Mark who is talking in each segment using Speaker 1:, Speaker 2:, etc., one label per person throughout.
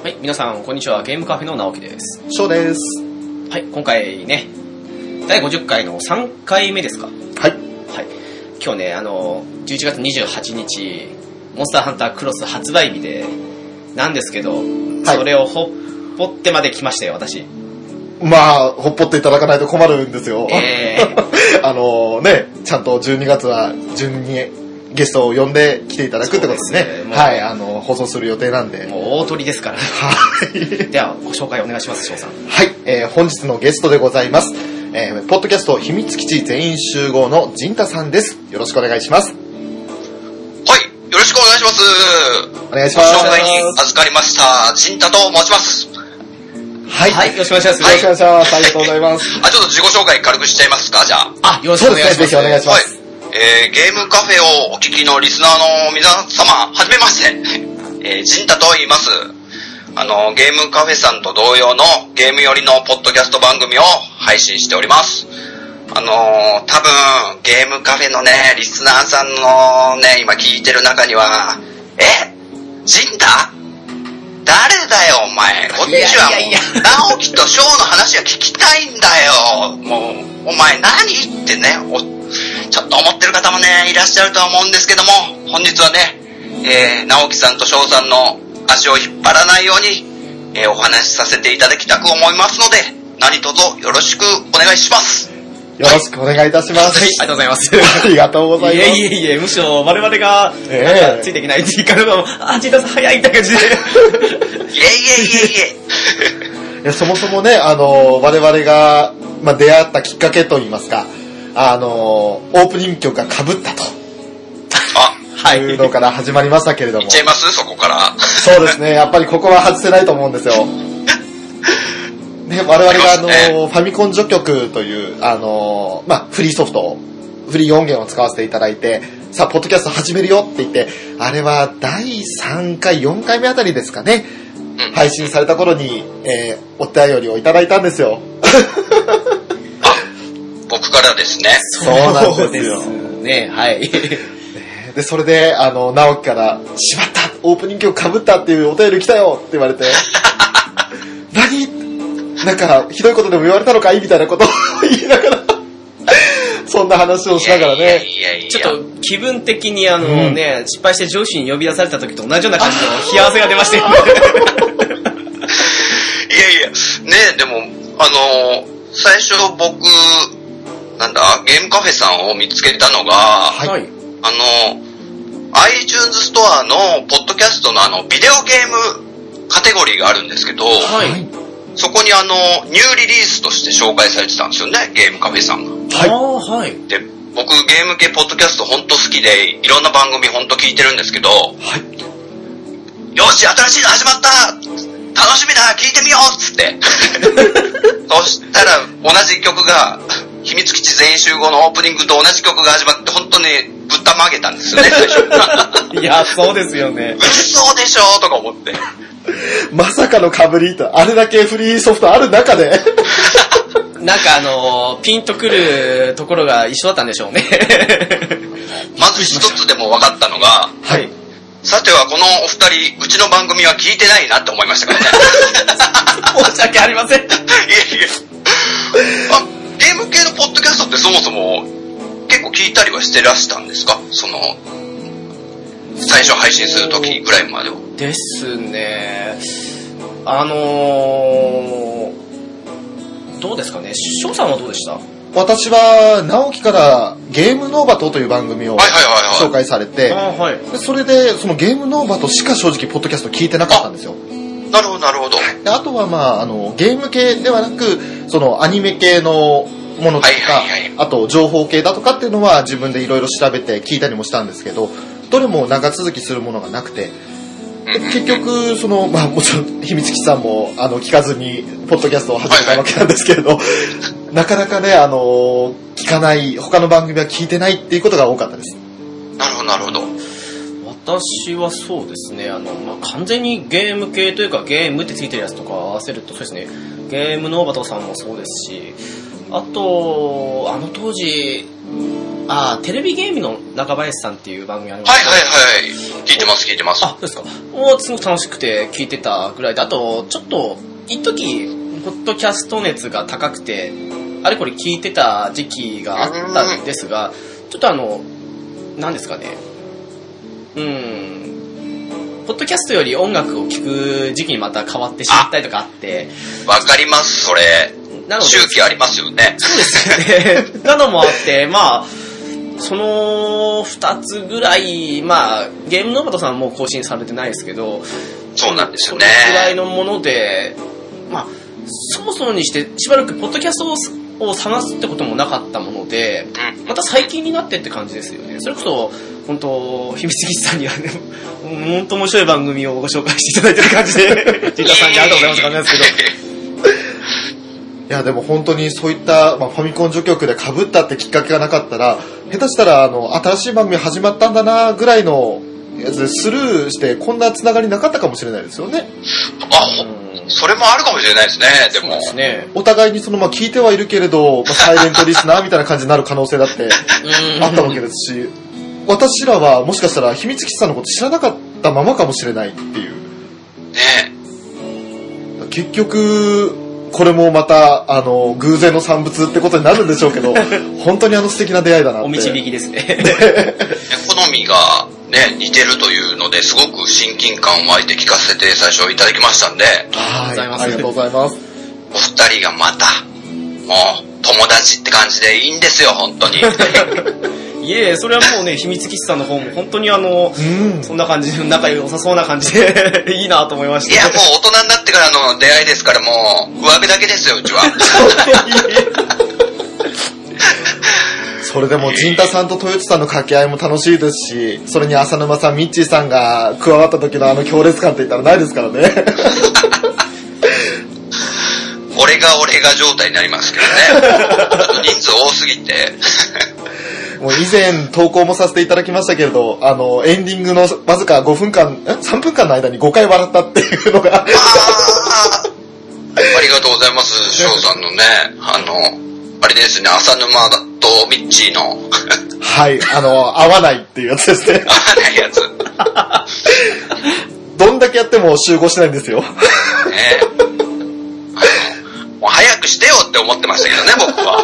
Speaker 1: はい、皆さんこんにちは。ゲームカフェの直樹です。
Speaker 2: 翔です。
Speaker 1: はい、今回ね、第50回の3回目ですか。はい。
Speaker 2: はい。
Speaker 1: 今日ね、11月28日、モンスターハンタークロス発売日で、なんですけど、はい、それをほっぽってまで来ましたよ、私。
Speaker 2: まあ、ほっぽっていただかないと困るんですよ。ね、ちゃんと12月は順にゲストを呼んで来ていただくってことですね。はい、放送する予定なんで。
Speaker 1: もう大鳥ですから。はい。では、ご紹介お願いします、翔さん。
Speaker 2: はい、本日のゲストでございます。ポッドキャスト秘密基地全員集合の陣太さんです。よろしくお願いします。
Speaker 3: はい、よろしくお願いします。
Speaker 2: お願いします。
Speaker 3: ご紹介に預かりました、陣太と申します。
Speaker 1: はい、はい、よろしくお願いします。
Speaker 2: よろしくお願いします。ありがとうございます。
Speaker 3: ちょっと自己紹介軽くしちゃいますか、じゃあ。
Speaker 1: よろしくお願いします。
Speaker 2: ぜひお願いします。
Speaker 3: はい。ゲームカフェをお聞きのリスナーの皆様、はじめまして。陣太と言います。ゲームカフェさんと同様のゲーム寄りのポッドキャスト番組を配信しております。多分、ゲームカフェのね、リスナーさんのね、今聞いてる中には、陣太？誰だよ、お前。こっちは直樹と翔の話が聞きたいんだよ。もう、お前何ってね、ちょっと思ってる方もね、いらっしゃるとは思うんですけども、本日はね、直樹さんと翔さんの足を引っ張らないように、お話しさせていただきたく思いますので、何卒よろしくお願いします。
Speaker 2: よろしくお願いいたします。
Speaker 1: はい、ありがとうございます。
Speaker 2: ありがとうございます。
Speaker 1: いえ、むしろ我々が、ついていけないっていうか、陣太さん早いって感じで。
Speaker 3: い
Speaker 2: やそもそもね、我々が、出会ったきっかけといいますか、オープニング曲が被ったと。はい。いうのから始まりましたけれども。
Speaker 3: いっちゃいますそこから。
Speaker 2: そうですね。やっぱりここは外せないと思うんですよ。ね、我々がファミコン序曲という、フリーソフト、フリー音源を使わせていただいて、さあ、ポッドキャスト始めるよって言って、あれは第3回、4回目あたりですかね。配信された頃に、お便りをいただいたんですよ。
Speaker 3: 僕からですね。
Speaker 2: そうなんですよ。
Speaker 1: ね、はい。
Speaker 2: で、それで、直樹から、しまったオープニング曲被ったっていうお便り来たよって言われて、何なんか、ひどいことでも言われたのかいみたいなことを言いながら、そんな話をしながらね。
Speaker 1: ちょっと気分的に失敗して上司に呼び出された時と同じような感じの冷や汗が出ましたよね。
Speaker 3: ね、でも、最初僕、ゲームカフェさんを見つけたのが、
Speaker 2: はい。
Speaker 3: iTunes ストアのポッドキャストのビデオゲームカテゴリーがあるんですけど、
Speaker 1: はい。
Speaker 3: そこにニューリリースとして紹介されてたんですよね、ゲームカフェさんが。
Speaker 1: はい。
Speaker 3: で、僕ゲーム系ポッドキャストほんと好きで、いろんな番組ほんと聞いてるんですけど、
Speaker 2: はい。
Speaker 3: よし、新しいの始まった楽しみだ聞いてみようっつって。そしたら、同じ曲が、秘密基地全員集合のオープニングと同じ曲が始まって、本当にぶったまげたんですよね、最初。
Speaker 1: いや、そうですよね。
Speaker 3: 嘘でしょとか思って。
Speaker 2: まさかの被りと、あれだけフリーソフトある中で。
Speaker 1: なんかピンとくるところが一緒だったんでしょうね。
Speaker 3: まず一つでも分かったのが、
Speaker 1: はい。
Speaker 3: さてはこのお二人、うちの番組は聞いてないなって思いましたからね。
Speaker 1: 申し訳ありません。
Speaker 3: いえ。ゲーム系のポッドキャストってそもそも結構聞いたりはしてらしたんですか？最初配信するときぐらいまでは。
Speaker 1: ですね。どうですかね。翔さんはどうでした？
Speaker 2: 私は直樹からゲームノーバトという番組を紹介されて、それでそのゲームノーバトしか正直ポッドキャスト聞いてなかったんですよ。
Speaker 3: なるほどなるほど。
Speaker 2: あとはゲーム系ではなくそのアニメ系のものとか、あと情報系だとかっていうのは自分でいろいろ調べて聞いたりもしたんですけど、どれも長続きするものがなくて、結局もちろん秘密基地さんも聞かずにポッドキャストを始めたわけなんですけれど、なかなかね聞かない他の番組は聞いてないっていうことが多かったです。
Speaker 3: なるほどなるほど。
Speaker 1: 私はそうですね完全にゲーム系というかゲームってついてるやつとか合わせるとそうですね、ゲームノーバトさんもそうですし、あと当時テレビゲームの中林さんっていう番組ありました。
Speaker 3: はい。聞いてます。
Speaker 1: あ、そうですか。もうすごく楽しくて聞いてたぐらいで、あと、ちょっと、一時ポッドキャスト熱が高くて、あれこれ聞いてた時期があったんですが、ちょっと何ですかね。ポッドキャストより音楽を聴く時期にまた変わってしまったりとかあって。
Speaker 3: わかります、それ。周期ありますよね。
Speaker 1: そうですよね。なのもあって、まあ、その2つぐらい、まあ、ゲームノーバトさんも更新されてないですけど、
Speaker 3: そうなんですよね。
Speaker 1: それぐらいのもので、まあ、そもそもにしてしばらくポッドキャストを探すってこともなかったもので、また最近になってって感じですよね。それこそ、本当秘密基地さんにはね、本当面白い番組をご紹介していただいてる感じで、ジータさんにありがとうございます感じなんですけど。
Speaker 2: いやでも本当にそういった、ファミコン序曲で被ったってきっかけがなかったら、下手したら新しい番組始まったんだなぐらいのやつでスルーしてこんなつながりなかったかもしれないですよね。
Speaker 3: それもあるかもしれないですね。でも
Speaker 1: ですね、
Speaker 2: お互いに聞いてはいるけれど、サイレントリスナーみたいな感じになる可能性だってあったわけですし、私らはもしかしたら秘密基地さんのこと知らなかったままかもしれないっていう
Speaker 3: ね。
Speaker 2: 結局これもまた偶然の産物ってことになるんでしょうけど、本当に素敵な出会いだなって。
Speaker 1: お導きですね。
Speaker 3: 好みがね似てるというのですごく親近感湧いて聞かせて最初いただきましたんで、
Speaker 2: ありがとうございます。
Speaker 3: お二人がまたもう友達って感じでいいんですよ本当に。
Speaker 1: いえ、それはもうね、秘密基地さんの方も本当にそんな感じで仲良さそうな感じでいいなと思いました。
Speaker 3: いや、もう大人になってからの出会いですから、もう上辺だけですよ、うちは。
Speaker 2: それでも陣太さんと豊地さんの掛け合いも楽しいですし、それに浅沼さん、ミッチーさんが加わった時の強烈感って言ったらないですからね。
Speaker 3: 俺が状態になりますけどね。あと人数多すぎて。
Speaker 2: もう以前投稿もさせていただきましたけれど、エンディングのわずか3分間の間に5回笑ったっていうのが。あ
Speaker 3: りがとうございます、翔さんのね、あれですね、浅沼とミッチーの。
Speaker 2: はい、合わないっていうやつですね。
Speaker 3: 合わないやつ。
Speaker 2: どんだけやっても集合しないんですよ。ね
Speaker 3: もう早くしてよって思ってましたけどね、僕は。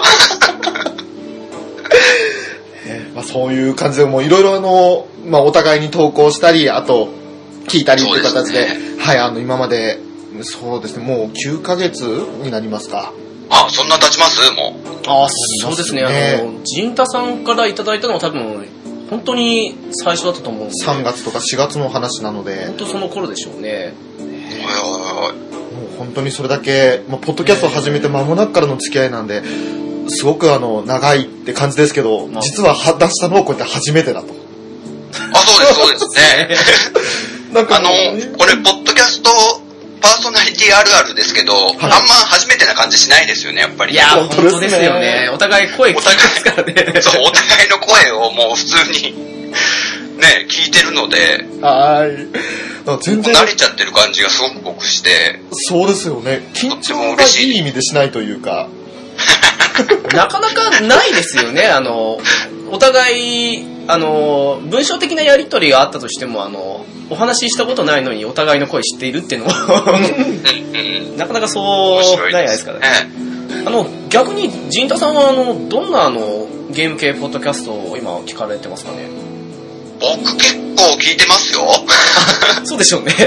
Speaker 2: そういう感じでもいろいろお互いに投稿したり、あと聞いたりっていう形で、はい、今までそうですね、もう9ヶ月になりますか。
Speaker 3: あ、そんな経ちますもう。
Speaker 1: あ、そうですね。陣太さんからいただいたのは多分本当に最初だったと思うんで、
Speaker 2: 3月とか4月の話なので、
Speaker 1: 本当その頃でしょうね。
Speaker 2: もう本当にそれだけ、ポッドキャストを始めて間もなくからの付き合いなんで、すごく長いって感じですけど、実は出したのはこうやって初めてだと。
Speaker 3: あ、そうですね。これポッドキャストパーソナリティあるあるですけど、あんま初めてな感じしないですよね、やっぱり。
Speaker 1: いや、本当ですよね。お互い声聞いてますからね。
Speaker 3: そう、お互いの声をもう普通にね、聞いてるので、
Speaker 2: 全然
Speaker 3: 慣れちゃってる感じがすごく僕して。
Speaker 2: そうですよね。緊張がいい意味でしないというか。
Speaker 1: なかなかないですよね。お互い文章的なやり取りがあったとしてもお話ししたことないのにお互いの声知っているっていうのはなかなかそうないじゃないですからね。逆に陣太さんはどんなゲーム系ポッドキャストを今聞かれてますかね。
Speaker 3: 僕結構聞いてますよ。
Speaker 1: そうでしょうね。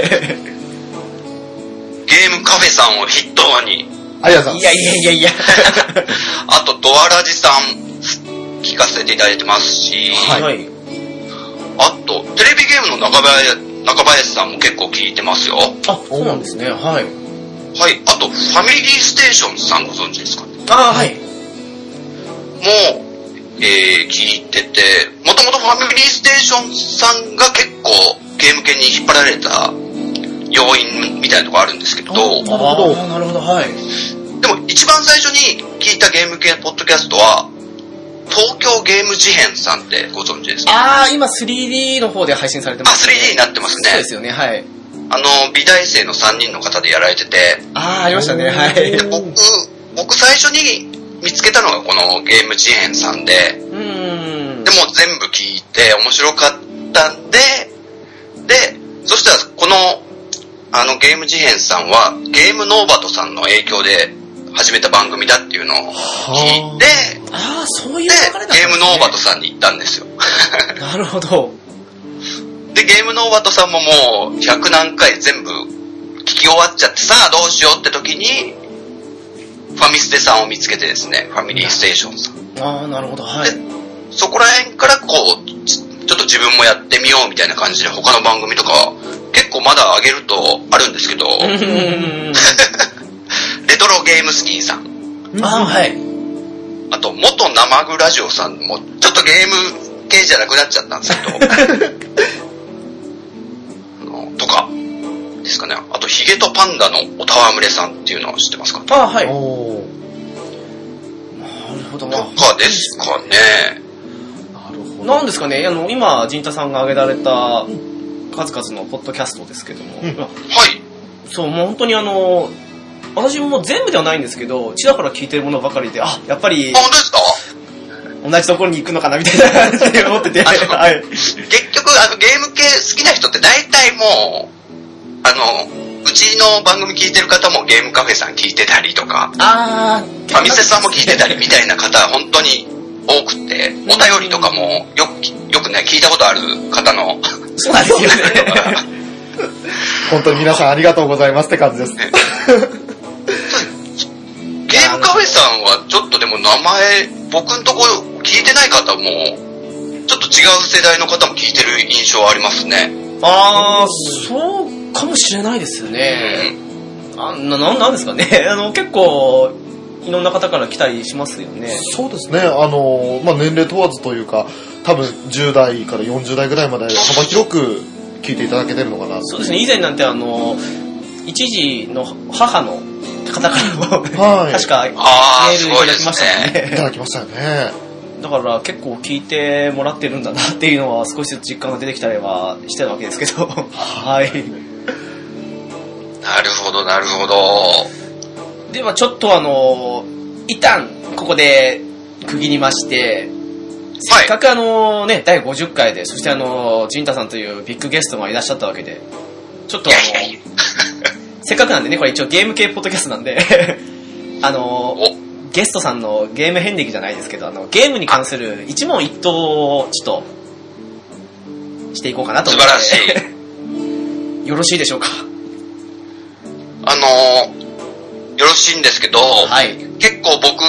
Speaker 3: ゲームカフェさんを筆頭に。
Speaker 2: ありがとうございます。
Speaker 1: いや。
Speaker 3: あとドアラジさん聞かせていただいてますし、
Speaker 1: はい。
Speaker 3: あとテレビゲームの中林さんも結構聞いてますよ。
Speaker 1: あ、そうなんですね。はい。
Speaker 3: はい。あとファミリーステーションさんご存知ですかね。
Speaker 1: あ、はい。
Speaker 3: もう聞いてて、もともとファミリーステーションさんが結構ゲーム系に引っ張られた要因みたいなとこあるんですけど。
Speaker 1: なるほど、はい。
Speaker 3: でも一番最初に聞いたゲーム系ポッドキャストは東京ゲーム事変さんってご存知ですか？
Speaker 1: ああ、今 3D の方で配信されてますね。
Speaker 3: 3D になってますね。
Speaker 1: そうですよね、はい。
Speaker 3: 美大生の3人の方でやられてて。
Speaker 1: ありましたね、はい。
Speaker 3: で僕最初に見つけたのがこのゲーム事変さんで、でも全部聞いて面白かったんで、 ゲーム事変さんは、ゲームノーバトさんの影響で始めた番組だっていうのを聞いて、
Speaker 1: そういう流れだったんですね。
Speaker 3: ゲームノーバトさんに行ったんですよ。
Speaker 1: なるほど。
Speaker 3: で、ゲームノーバトさんももう100何回全部聞き終わっちゃって、さあどうしようって時に、ファミステさんを見つけてですね、ファミリーステーションさん。
Speaker 1: なるほど、はい。
Speaker 3: で、そこら辺からこう、ちょっと自分もやってみようみたいな感じで、他の番組とか、結構まだ上げるとあるんですけど、レトロゲームスキーさん。
Speaker 1: はい。
Speaker 3: あと、元生具ラジオさんも、ちょっとゲーム系じゃなくなっちゃったんですけど、とか、ですかね。あと、ヒゲとパンダのおたわむれさんっていうのは知ってますか？
Speaker 1: はい。なるほど。
Speaker 3: とかですかね。
Speaker 1: なんですかね、今、陣太さんが挙げられた数々のポッドキャストですけども、はい。そう、もう本当に私も全部ではないんですけど、ちらほら聞いてるものばかりで、やっぱり、
Speaker 3: 本当ですか？
Speaker 1: 同じところに行くのかなみたいな感じで思ってて、はい。
Speaker 3: 結局、ゲーム系好きな人って大体もう、うちの番組聞いてる方もゲームカフェさん聞いてたりとか、ファミステさんも聞いてたりみたいな方、本当に多くて、お便りとかもよくね、聞いたことある方の。
Speaker 1: そうなんですよね。
Speaker 2: 本当に皆さんありがとうございますって感じです。
Speaker 3: ゲームカフェさんはちょっとでも名前、僕んとこ聞いてない方も、ちょっと違う世代の方も聞いてる印象ありますね。
Speaker 1: そうかもしれないですね。なんですかね。結構、いろんな方から来たりしますよね。
Speaker 2: そうですね。年齢問わずというか、多分10代から40代ぐらいまで幅広く聞いていただけてるのかな。
Speaker 1: そうですね。以前なんて一時の母の方からも、確かメールいただきましたね。
Speaker 2: いただきましたよね。
Speaker 1: だから結構聞いてもらってるんだなっていうのは少しずつ実感が出てきたりはしてたわけですけど。はい。
Speaker 3: なるほど、なるほど。
Speaker 1: ではちょっと一旦ここで区切りまして、せっかく第50回で、そして陣太さんというビッグゲストがいらっしゃったわけで、ちょっとせっかくなんでね、これ一応ゲーム系ポッドキャストなんで、ゲストさんのゲーム遍歴じゃないですけど、ゲームに関する一問一答をちょっとしていこうかなと思って。
Speaker 3: 素晴らし
Speaker 1: い。よろしいでしょうか？
Speaker 3: よろしいんですけど、結構僕、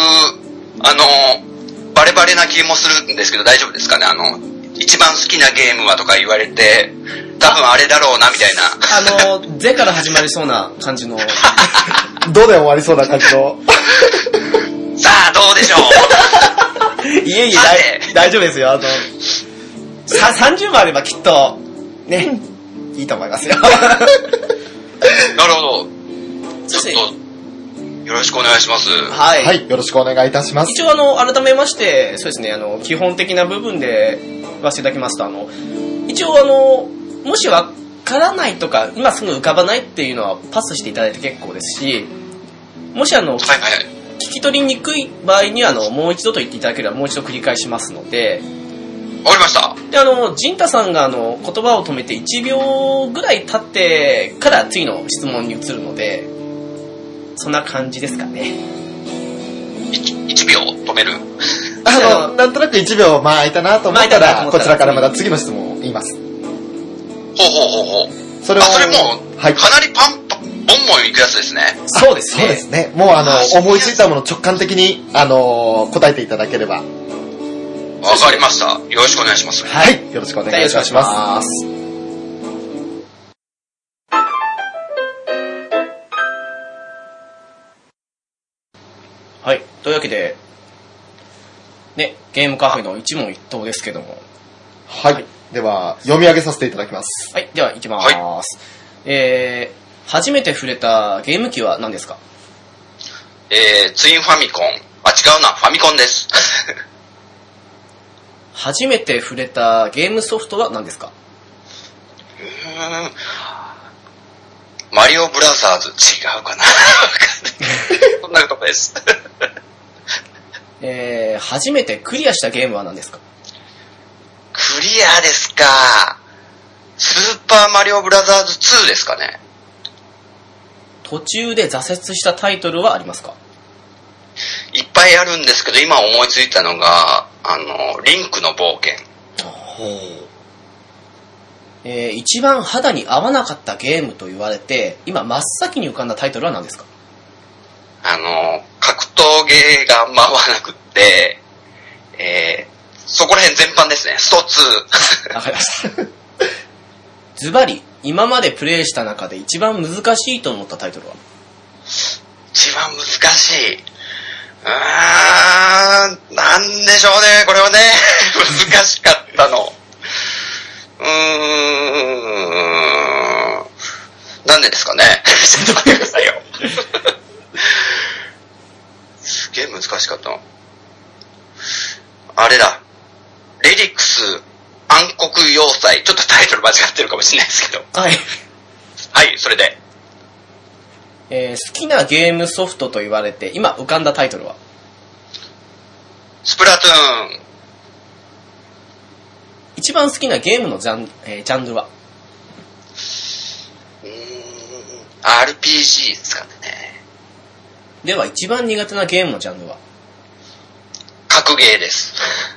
Speaker 3: バレバレな気もするんですけど大丈夫ですかね？一番好きなゲームはとか言われて、多分あれだろうなみたいな。
Speaker 1: ゼから始まりそうな感じの。
Speaker 2: どうで終わりそうな感じの。
Speaker 3: さあ、どうでしょう。
Speaker 1: いえ、大丈夫ですよ。30もあればきっと、ね、いいと思いますよ。
Speaker 3: なるほど。ちょっと、よろしくお願いします。
Speaker 2: はい、よろしくお願いいたします。
Speaker 1: 一応改めまして、そうですね、基本的な部分で言わせていただきますと、一応もしわからないとか、今すぐ浮かばないっていうのはパスしていただいて結構ですし、もし聞き取りにくい場合にはもう一度と言っていただければもう一度繰り返しますので。
Speaker 3: わかりました。
Speaker 1: で、陣太さんが言葉を止めて1秒ぐらい経ってから次の質問に移るので、そんな感じですかね。
Speaker 3: 1秒止める？
Speaker 2: なんとなく1秒空いたなと思ったら、こちらからまた次の質問を言います。
Speaker 3: ほう。それも、かなりボンボンいくやつですね。
Speaker 1: そうですね。
Speaker 2: そうですね。もう思いついたもの直感的に、答えていただければ。
Speaker 3: わかりました。よろしくお願いします。
Speaker 2: はい。よろしくお願いいたします。
Speaker 1: はい。というわけで、ね、ゲームカフェの一問一答ですけども。
Speaker 2: はい。では、読み上げさせていただきます。
Speaker 1: はい。では、いきます。初めて触れたゲーム機は何ですか？
Speaker 3: ツインファミコン。違うな。ファミコンです。
Speaker 1: 初めて触れたゲームソフトは何ですか？
Speaker 3: マリオブラザーズ。違うかな。そんなとこです。
Speaker 1: 初めてクリアしたゲームは何ですか？
Speaker 3: クリアですか。スーパーマリオブラザーズ2ですかね。
Speaker 1: 途中で挫折したタイトルはありますか？
Speaker 3: いっぱいあるんですけど、今思いついたのが、リンクの冒険。
Speaker 1: 一番肌に合わなかったゲームと言われて、今真っ先に浮かんだタイトルは何ですか？
Speaker 3: 格闘ゲーが回らなくって、そこら辺全般ですね。スト2。
Speaker 1: わかりました。ズバリ、今までプレイした中で一番難しいと思ったタイトルは？
Speaker 3: 一番難しい。なんでしょうね、これはね。難しかったの。なんでですかね。ちょっと待ってくださいよ。すげえ難しかったの。あれだ。レリックス暗黒要塞。ちょっとタイトル間違ってるかもしれないですけど。
Speaker 1: はい。
Speaker 3: はい、それで。
Speaker 1: 好きなゲームソフトと言われて今浮かんだタイトルは？
Speaker 3: スプラトゥーン。
Speaker 1: 一番好きなゲームのジャンルは？
Speaker 3: RPG ですかね。
Speaker 1: では一番苦手なゲームのジャンルは？
Speaker 3: 格ゲーです。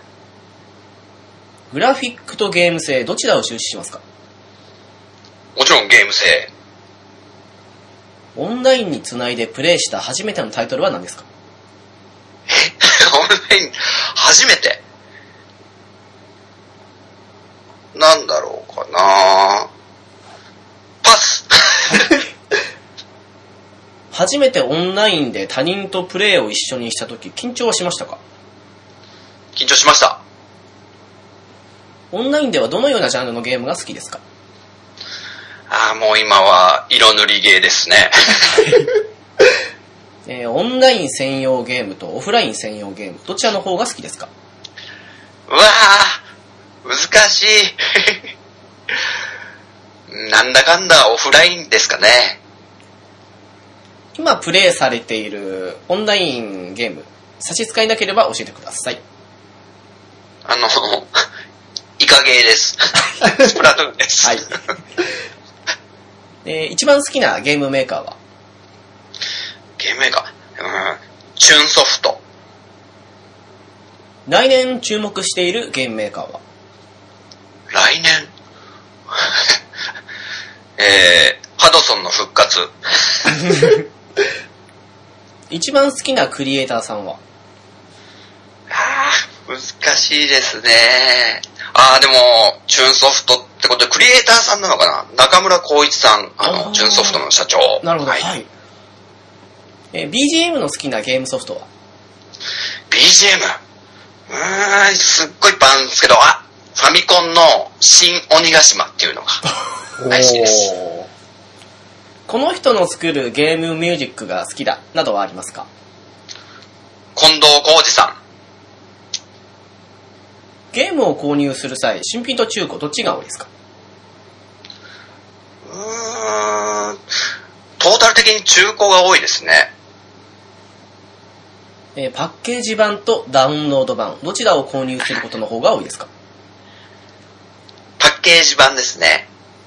Speaker 1: グラフィックとゲーム性どちらを重視しますか？
Speaker 3: もちろんゲーム性。
Speaker 1: オンラインにつないでプレイした初めてのタイトルは何ですか？
Speaker 3: オンライン初めてなんだろうかな。パス。
Speaker 1: 初めてオンラインで他人とプレイを一緒にしたとき緊張はしましたか？
Speaker 3: 緊張しました。
Speaker 1: オンラインではどのようなジャンルのゲームが好きですか？
Speaker 3: もう今は色塗りゲーですね。
Speaker 1: オンライン専用ゲームとオフライン専用ゲームどちらの方が好きですか？
Speaker 3: うわー難しい。なんだかんだオフラインですかね。
Speaker 1: 今プレイされているオンラインゲーム差し支えなければ教えてください。
Speaker 3: イカゲーです。スプラトゥーンです。
Speaker 1: はい。一番好きなゲームメーカーは？
Speaker 3: ゲームメーカー、チューンソフト。
Speaker 1: 来年注目しているゲームメーカーは？
Speaker 3: 来年ハドソンの復活。
Speaker 1: 一番好きなクリエイターさんは？
Speaker 3: 難しいですね。でも、チューンソフトってことで、クリエイターさんなのかな？中村光一さん、チューンソフトの社長。
Speaker 1: なるほど。はい。BGM の好きなゲームソフトは？
Speaker 3: BGM？ すっごいいっぱいあるんですけど、ファミコンの新鬼ヶ島っていうのが大好きです。
Speaker 1: この人の作るゲームミュージックが好きだなどはありますか？
Speaker 3: 近藤浩二さん。
Speaker 1: ゲームを購入する際、新品と中古どっちが多いですか？
Speaker 3: トータル的に中古が多いですね。
Speaker 1: パッケージ版とダウンロード版どちらを購入することの方が多いですか？
Speaker 3: パッケージ版ですね。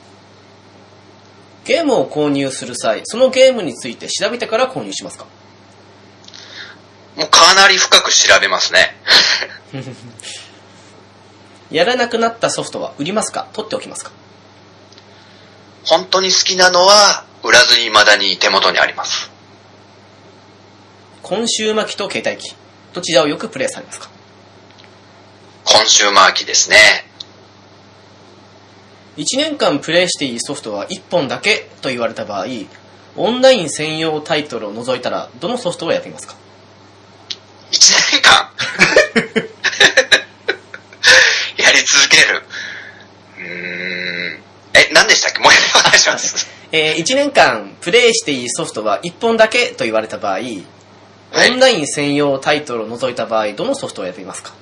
Speaker 1: ゲームを購入する際、そのゲームについて調べてから購入しますか？
Speaker 3: もうかなり深く調べますね。
Speaker 1: やらなくなったソフトは売りますか？取っておきますか？
Speaker 3: 本当に好きなのは売らずに未だに手元にあります。
Speaker 1: コンシューマ機と携帯機どちらをよくプレイされますか？
Speaker 3: コンシューマー機ですね。
Speaker 1: 1年間プレイしていいソフトは1本だけと言われた場合、オンライン専用タイトルを除いたらどのソフトをやっていますか
Speaker 3: ？1年間やり続ける。何でしたっけ？もう一回お願いします。
Speaker 1: 1年間プレイしていいソフトは1本だけと言われた場合、オンライン専用タイトルを除いた場合、どのソフトをやっていますか？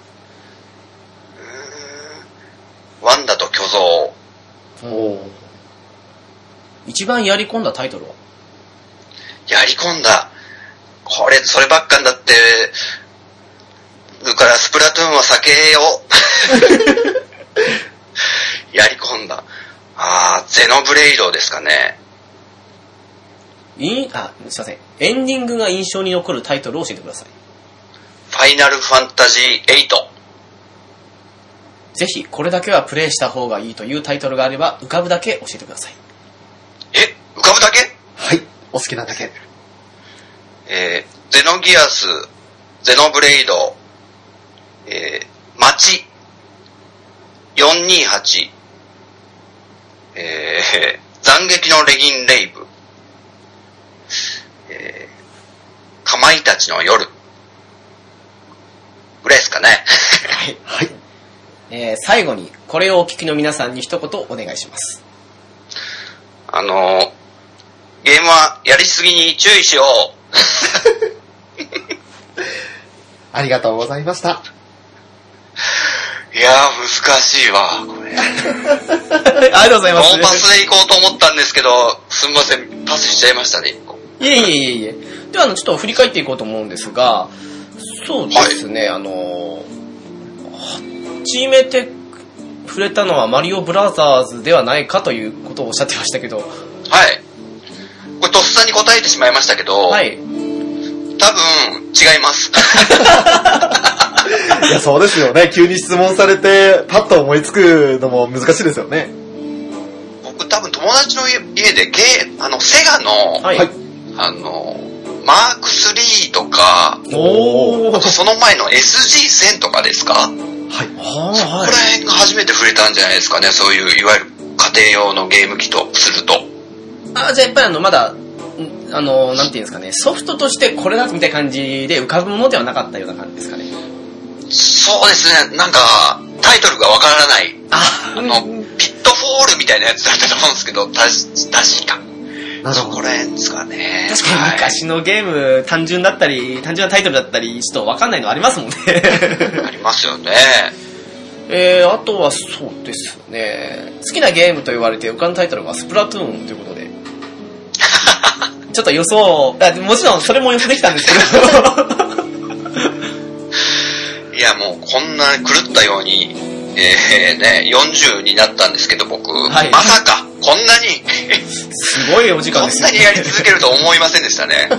Speaker 3: ワンダと巨像。
Speaker 1: 一番やり込んだタイトルは？
Speaker 3: やり込んだ。そればっかんだって、だからスプラトゥーンは避けよう。やり込んだ。ゼノブレイドですかね。
Speaker 1: すいません。エンディングが印象に残るタイトルを教えてください。
Speaker 3: ファイナルファンタジー8。
Speaker 1: ぜひ、これだけはプレイした方がいいというタイトルがあれば、浮かぶだけ教えてください。
Speaker 3: 浮かぶだけ？
Speaker 2: はい。お好きなだけ。
Speaker 3: ゼノギアス、ゼノブレイド、街、428、斬撃のレギンレイブ、かまいたちの夜、ぐらいですかね。
Speaker 1: はい。はい。最後に、これをお聞きの皆さんに一言お願いします。
Speaker 3: ゲームはやりすぎに注意しよう。
Speaker 2: ありがとうございました。
Speaker 3: いやー、難しいわ、これ。
Speaker 1: ありがとうございます。
Speaker 3: ノーパスで行こうと思ったんですけど、すみません、パスしちゃいましたね、
Speaker 1: いえ。では、ちょっと振り返っていこうと思うんですが、そうですね、初めて触れたのはマリオブラザーズではないかということをおっしゃってましたけど。
Speaker 3: はい。これとっさに答えてしまいましたけど、はい。多分、違います。
Speaker 2: いや、そうですよね。急に質問されて、パッと思いつくのも難しいですよね。
Speaker 3: 僕多分友達の家でセガの、はい、マーク3とか、その前の SG1000 とかですか？はい。そこら辺が初めて触れたんじゃないですかね。そういう、いわゆる家庭用のゲーム機とすると。
Speaker 1: じゃあやっぱりまだ、なんていうんですかね、ソフトとしてこれだみたいな感じで浮かぶものではなかったような感じですかね。
Speaker 3: そうですね、なんか、タイトルがわからない。ピットフォールみたいなやつだったと思うんですけど、確か。そこら辺ですかね。
Speaker 1: 確かに昔のゲーム、単純なタイトルだったり、ちょっとわかんないのありますもんね。
Speaker 3: ありますよね。
Speaker 1: あとはそうですね、好きなゲームと言われて浮かんだタイトルがスプラトゥーンということで。ちょっと予想、もちろんそれも予想できたんですけど。
Speaker 3: いや、もうこんな狂ったように、40になったんですけど僕、はい、まさかこんなに
Speaker 1: すごいお時間です
Speaker 3: よね。こんなにやり続けると思いませんでしたね。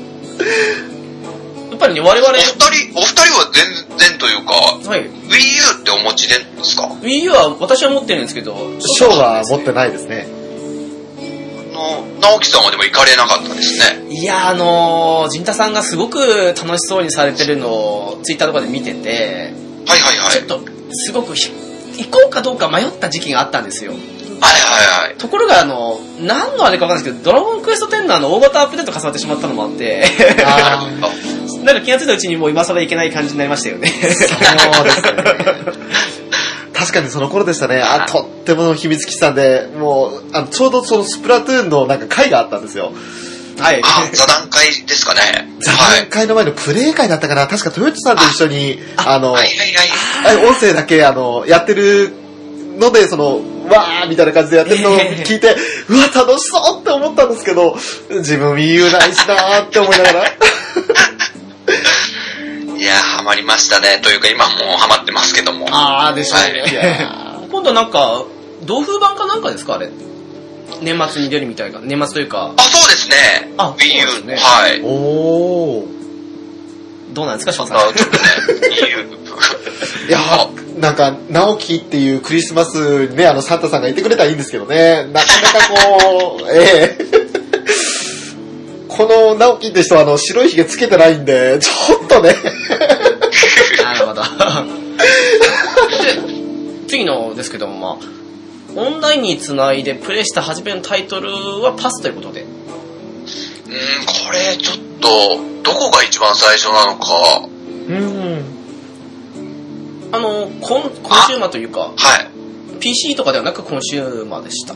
Speaker 1: やっぱりね、我々お二
Speaker 3: 人は全然というか、はい、Wii U ってお持ちですか？
Speaker 1: Wii U は私は持ってるんですけど、
Speaker 2: ショーは持ってないですね。
Speaker 3: 直樹さんはでも行かれなかったですね。
Speaker 1: いや、陣太さんがすごく楽しそうにされてるのをツイッターとかで見てて、
Speaker 3: はいはいはい。
Speaker 1: ちょっとすごく行こうかどうか迷った時期があったんですよ。はい
Speaker 3: はいはい。
Speaker 1: ところが何のあれかわかんないですけど、ドラゴンクエスト10の大型アップデート重なってしまったのもあって、なんか気がついたうちにもう今更いけない感じになりましたよね。そうですね。
Speaker 2: 確かにその頃でしたね。とっても秘密基地さんで、もうちょうどそのスプラトゥーンのなんか会があったんですよ。
Speaker 3: はい。座談会ですかね。
Speaker 2: 座談会の前のプレイ会だったかな。確かトヨッチさんと一緒に音声だけやってるので、わーみたいな感じでやってるのを聞いて、うわ楽しそうって思ったんですけど、自分 Wii U ないしなーって思いながら。
Speaker 3: いやー、ハマりましたね。というか今もうハマってますけども。
Speaker 1: でしょうね。今度なんか同封版かなんかですか、あれ。年末に出るみたいな。年末というか。
Speaker 3: そうですね。Wii U ね。はい。
Speaker 1: どうなんですか、翔さん。
Speaker 3: ちょっとね、Wii U。
Speaker 2: いやなんか直樹っていうクリスマスにね、サンタさんがいてくれたらいいんですけどね。なかなかこうこの直樹って人は白いひげつけてないんで、ちょっとね。
Speaker 1: なるほど。次のですけども、オンラインにつないでプレイした初めのタイトルはパスということで。
Speaker 3: これちょっと、どこが一番最初なのか。
Speaker 1: コンシューマーというか、
Speaker 3: はい。
Speaker 1: PC とかではなくコンシューマーでした。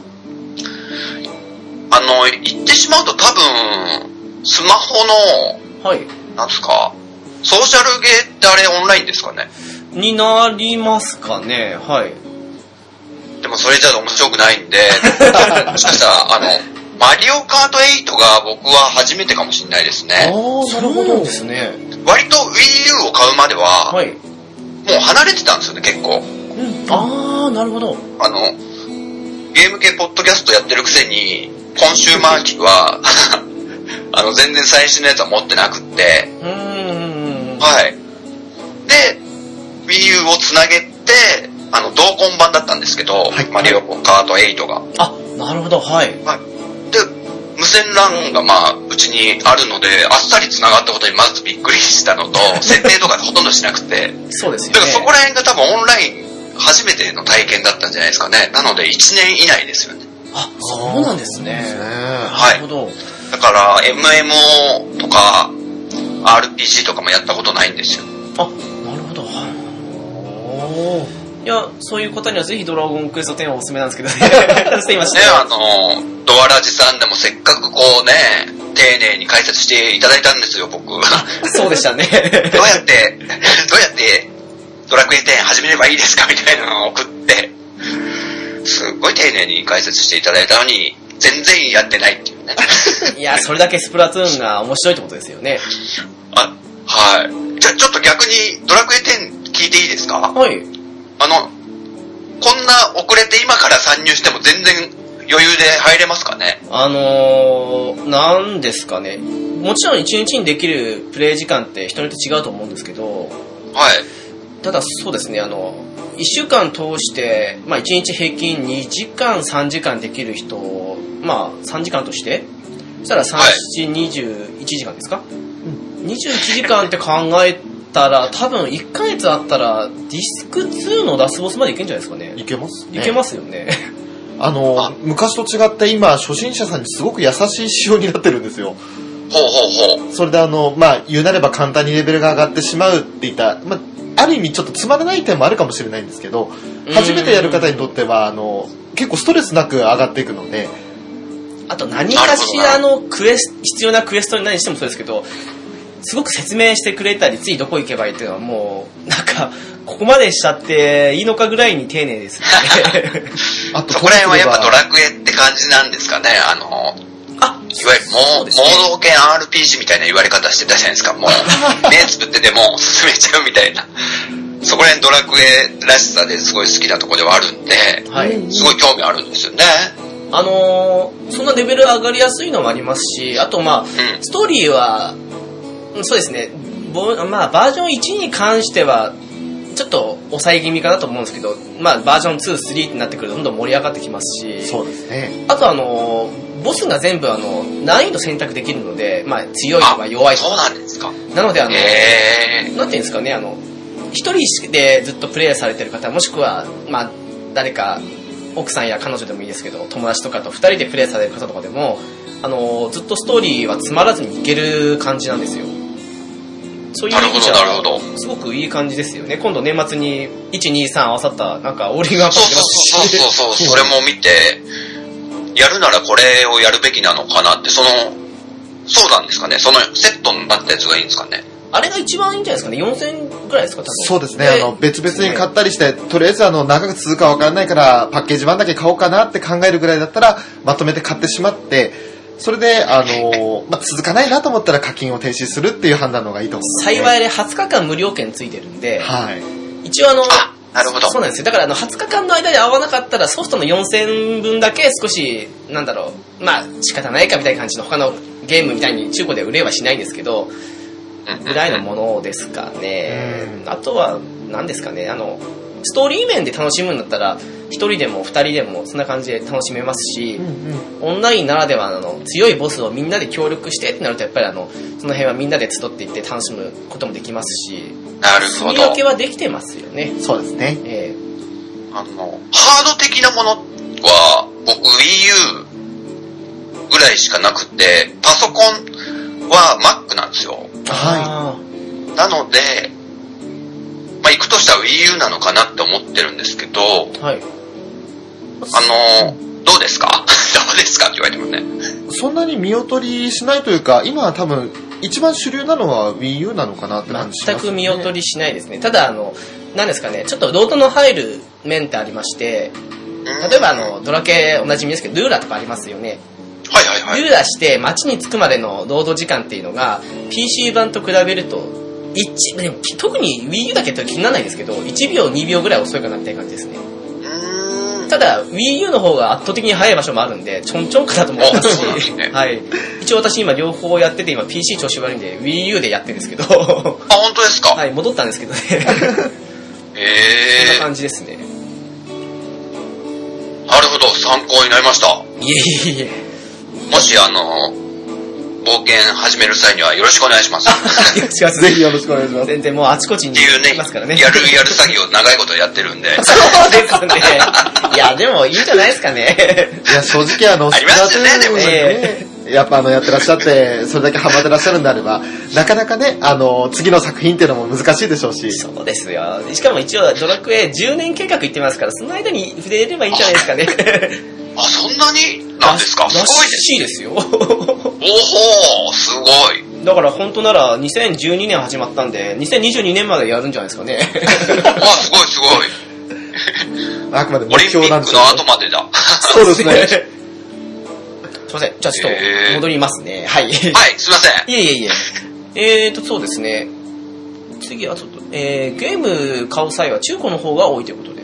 Speaker 3: 言ってしまうと多分、スマホの、
Speaker 1: はい。
Speaker 3: なんですか、ソーシャルゲーってあれオンラインですかね？
Speaker 1: になりますかね、はい。
Speaker 3: でもそれじゃ面白くないんで、もしかしたら、マリオカート8が僕は初めてかもしれないですね。
Speaker 1: なるほどですね。
Speaker 3: 割と Wii U を買うまでは、はい、もう離れてたんですよね、結構。
Speaker 1: なるほど。
Speaker 3: ゲーム系ポッドキャストやってるくせに、コンシューマー機は全然最新のやつは持ってなくって、はい。で、Wii U をつなげて、同梱版だったんですけど、はい、マリオカート8が。
Speaker 1: あ、なるほど、はい。
Speaker 3: はい。で、無線 LAN がうちにあるので、あっさり繋がったことにまずびっくりしたのと、設定とかほとんどしなくて。
Speaker 1: そうですよね。
Speaker 3: だからそこら辺が多分オンライン初めての体験だったんじゃないですかね。なので1年以内ですよね。
Speaker 1: あ、そうなんですね。
Speaker 3: はい。なるほど。だから MMO とか RPG とかもやったことないんですよ。
Speaker 1: あ、なるほど。おー。いや、そういう方にはぜひドラゴンクエスト10をおすすめなんですけどね。すいません。
Speaker 3: ね、ドアラジさんでもせっかくこうね、丁寧に解説していただいたんですよ、僕。
Speaker 1: そうでしたね。
Speaker 3: どうやってドラクエ10始めればいいですかみたいなのを送って、すっごい丁寧に解説していただいたのに、全然やってないっていうね。
Speaker 1: いや、それだけスプラトゥーンが面白いってことですよね。
Speaker 3: あ、はい。じゃあちょっと逆にドラクエ10聞いていいですか？
Speaker 1: はい。
Speaker 3: こんな遅れて今から参入しても全然余裕で入れますかね？
Speaker 1: なんですかね。もちろん1日にできるプレイ時間って人によって違うと思うんですけど、
Speaker 3: はい。
Speaker 1: ただそうですね、1週間通して、1日平均2時間、3時間できる人、3時間として、そしたら3、7、21時間ですか？21時間って考えたら、多分1ヶ月あったら、ディスク2のラスボスまでいけんじゃないですかね。
Speaker 2: いけますね。
Speaker 1: いけますよね。
Speaker 2: 昔と違って今、初心者さんにすごく優しい仕様になってるんですよ。それで言うなれば簡単にレベルが上がってしまうっていった、ある意味ちょっとつまらない点もあるかもしれないんですけど、初めてやる方にとっては、結構ストレスなく上がっていくので、
Speaker 1: あと何かしらの必要なクエストに何してもそうですけど、すごく説明してくれたり、次どこ行けばいいっていうのはもう、ここまでしちゃっていいのかぐらいに丁寧ですよね。
Speaker 3: あとそこら辺はやっぱドラクエって感じなんですかね。いわゆる盲導犬 RPG みたいな言われ方してたじゃないですか。もう、目つぶってでも進めちゃうみたいな。そこら辺ドラクエらしさですごい好きなところではあるんで、はい、すごい興味あるんですよね。
Speaker 1: そんなレベル上がりやすいのもありますし、あとストーリーは、そうですね、バージョン1に関しては、ちょっと抑え気味かなと思うんですけど、バージョン2、3ってなってくるとどんどん盛り上がってきますし、
Speaker 2: そうですね。
Speaker 1: あとボスが全部難易度選択できるので、強いとか弱いとか。
Speaker 3: そうなんですか。
Speaker 1: なのでなんていうんですかね、一人でずっとプレイされてる方、もしくは、誰か、奥さんや彼女でもいいですけど、友達とかと二人でプレイされる方とかでも、ずっとストーリーはつまらずにいける感じなんですよ。そういう意味じゃすごくいい感じですよね。今度年末に1、2、3合わさったオールインワンパック出ますし。
Speaker 3: そう、それも見て、やるならこれをやるべきなのかなって、そうなんですかね。そのセットになったやつがいいんですかね。
Speaker 1: あれが一番いいんじゃないですかね。4000ぐらいですか、多分。
Speaker 2: そうですね。別々に買ったりして、とりあえず長く続くかわからないから、パッケージ版だけ買おうかなって考えるぐらいだったら、まとめて買ってしまって、それで、続かないなと思ったら課金を停止するっていう判断の方がいいと思います、ね。
Speaker 1: 幸いで20日間無料券ついてるんで、
Speaker 2: はい。
Speaker 1: 一応
Speaker 3: なるほど。
Speaker 1: そうなんですよ。だから20日間の間で合わなかったらソフトの4000分だけ少し、仕方ないかみたいな感じの他のゲームみたいに中古で売れはしないんですけど、ぐらいのものですかね。あとは、何ですかね、ストーリー面で楽しむんだったら、1人でも2人でもそんな感じで楽しめますし、オンラインならではの強いボスをみんなで協力してってなると、やっぱりその辺はみんなで集っていって楽しむこともできますし、
Speaker 3: なるほど。
Speaker 1: 積み分けはできてますよね。
Speaker 2: そうですね。
Speaker 3: ハード的なものは、僕 Wii U ぐらいしかなくて、パソコンは Mac なんですよ。
Speaker 2: はい。
Speaker 3: なので、行くとしたら Wii U なのかなって思ってるんですけど、
Speaker 1: はい。
Speaker 3: どうですかどうですかって言われてもね。
Speaker 2: そんなに見劣りしないというか、今は多分、一番主流なのは Wii U なのかなって感じしますね。
Speaker 1: 全く見劣りしないですね。ただ、何ですかね、ちょっとロードの入る面ってありまして、例えばドラケおなじみですけど、ルーラとかありますよね。
Speaker 3: はいはいはい。
Speaker 1: ルーラして街に着くまでのロード時間っていうのが、PC 版と比べると、でも特に Wii U だけと気にならないんですけど、1秒2秒ぐらい遅いかなみたいな感じですね。 ただ Wii U の方が圧倒的に速い場所もあるんでちょんちょんかなと思いますし、
Speaker 3: ね、
Speaker 1: はい、一応私今両方やってて、今 PC 調子悪いんで Wii U でやってるんですけど
Speaker 3: あ、本当ですか？
Speaker 1: はい、戻ったんですけどねそんな感じですね。
Speaker 3: なるほど、参考になりました。
Speaker 1: いえいえいえ。
Speaker 3: もし冒険始める際にはよろしくお願いします。
Speaker 1: よろしくお願いします。
Speaker 2: ぜひよろしくお願いします。
Speaker 1: 全然もうあちこちに行きますからね。
Speaker 3: やる作業長いことやってるんで。
Speaker 1: そうですね。いや、でもいいんじゃないですかね。
Speaker 2: いや、正直
Speaker 3: ありますよね、でもね。
Speaker 2: やっぱやってらっしゃって、それだけハマってらっしゃるんであれば、なかなかね、次の作品っていうのも難しいでしょうし。
Speaker 1: そうですよ。しかも一応ドラクエ10年計画言ってますから、その間に触れればいいんじゃないですかね。
Speaker 3: あ、そんなになんですか？すごい
Speaker 1: らしいですよ。お
Speaker 3: ほー、すごい。
Speaker 1: だから本当なら2012年始まったんで、2022年までやるんじゃないですかね。
Speaker 3: あ、すごいすごい。
Speaker 2: あくまで目標なんです
Speaker 3: オリンピックの後までだ。
Speaker 2: そうですね。
Speaker 1: すいません。じゃあちょっと戻りますね。はい。はい、
Speaker 3: すいません。
Speaker 1: いえいえいえ。そうですね。次はちょっと、ゲーム買う際は中古の方が多いということで。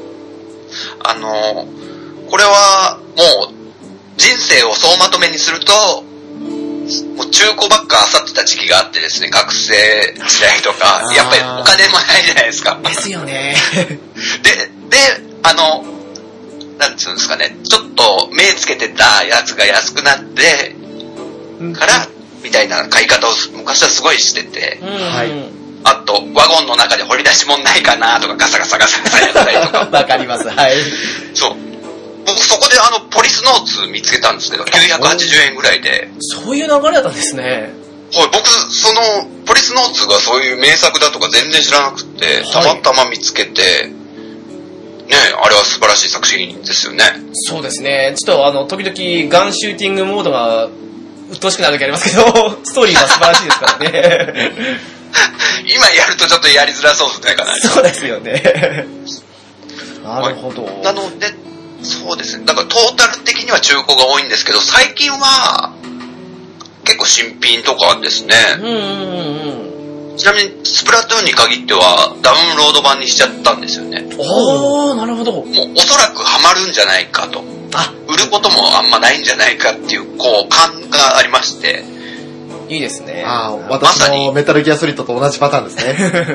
Speaker 3: これはもう人生を総まとめにすると、もう中古ばっか漁ってた時期があってですね、学生時代とか、やっぱりお金もないじゃないですか。
Speaker 1: ですよね。
Speaker 3: で、なんつうんですかね、ちょっと目つけてたやつが安くなってから、みたいな買い方を昔はすごいしてて、
Speaker 2: はい。
Speaker 3: あと、ワゴンの中で掘り出し物ないかなとかガサガサガサガサやったりとか。
Speaker 1: わかります、はい。
Speaker 3: そう。僕そこでポリスノーツ見つけたんですけど、980円ぐらいで。
Speaker 1: そういう流れだったんですね。
Speaker 3: はい、僕、ポリスノーツがそういう名作だとか全然知らなくて、たまたま見つけて、ね、あれは素晴らしい作品ですよね。
Speaker 1: そうですね。ちょっと時々ガンシューティングモードが鬱陶しくなる時ありますけど、ストーリーが素晴らしいですからね。
Speaker 3: 今やるとちょっとやりづらそうですね、かなり。
Speaker 1: そうですよね。なるほど。
Speaker 3: なので、そうですね。だからトータル的には中古が多いんですけど、最近は結構新品とかですね。ちなみにスプラトゥーンに限ってはダウンロード版にしちゃったんですよね。
Speaker 1: おー、なるほど。もう
Speaker 3: おそらくハマるんじゃないかと。売ることもあんまないんじゃないかっていう感がありまして。
Speaker 1: いいですね。
Speaker 2: 私のメタルギアソリッドと同じパターンですね。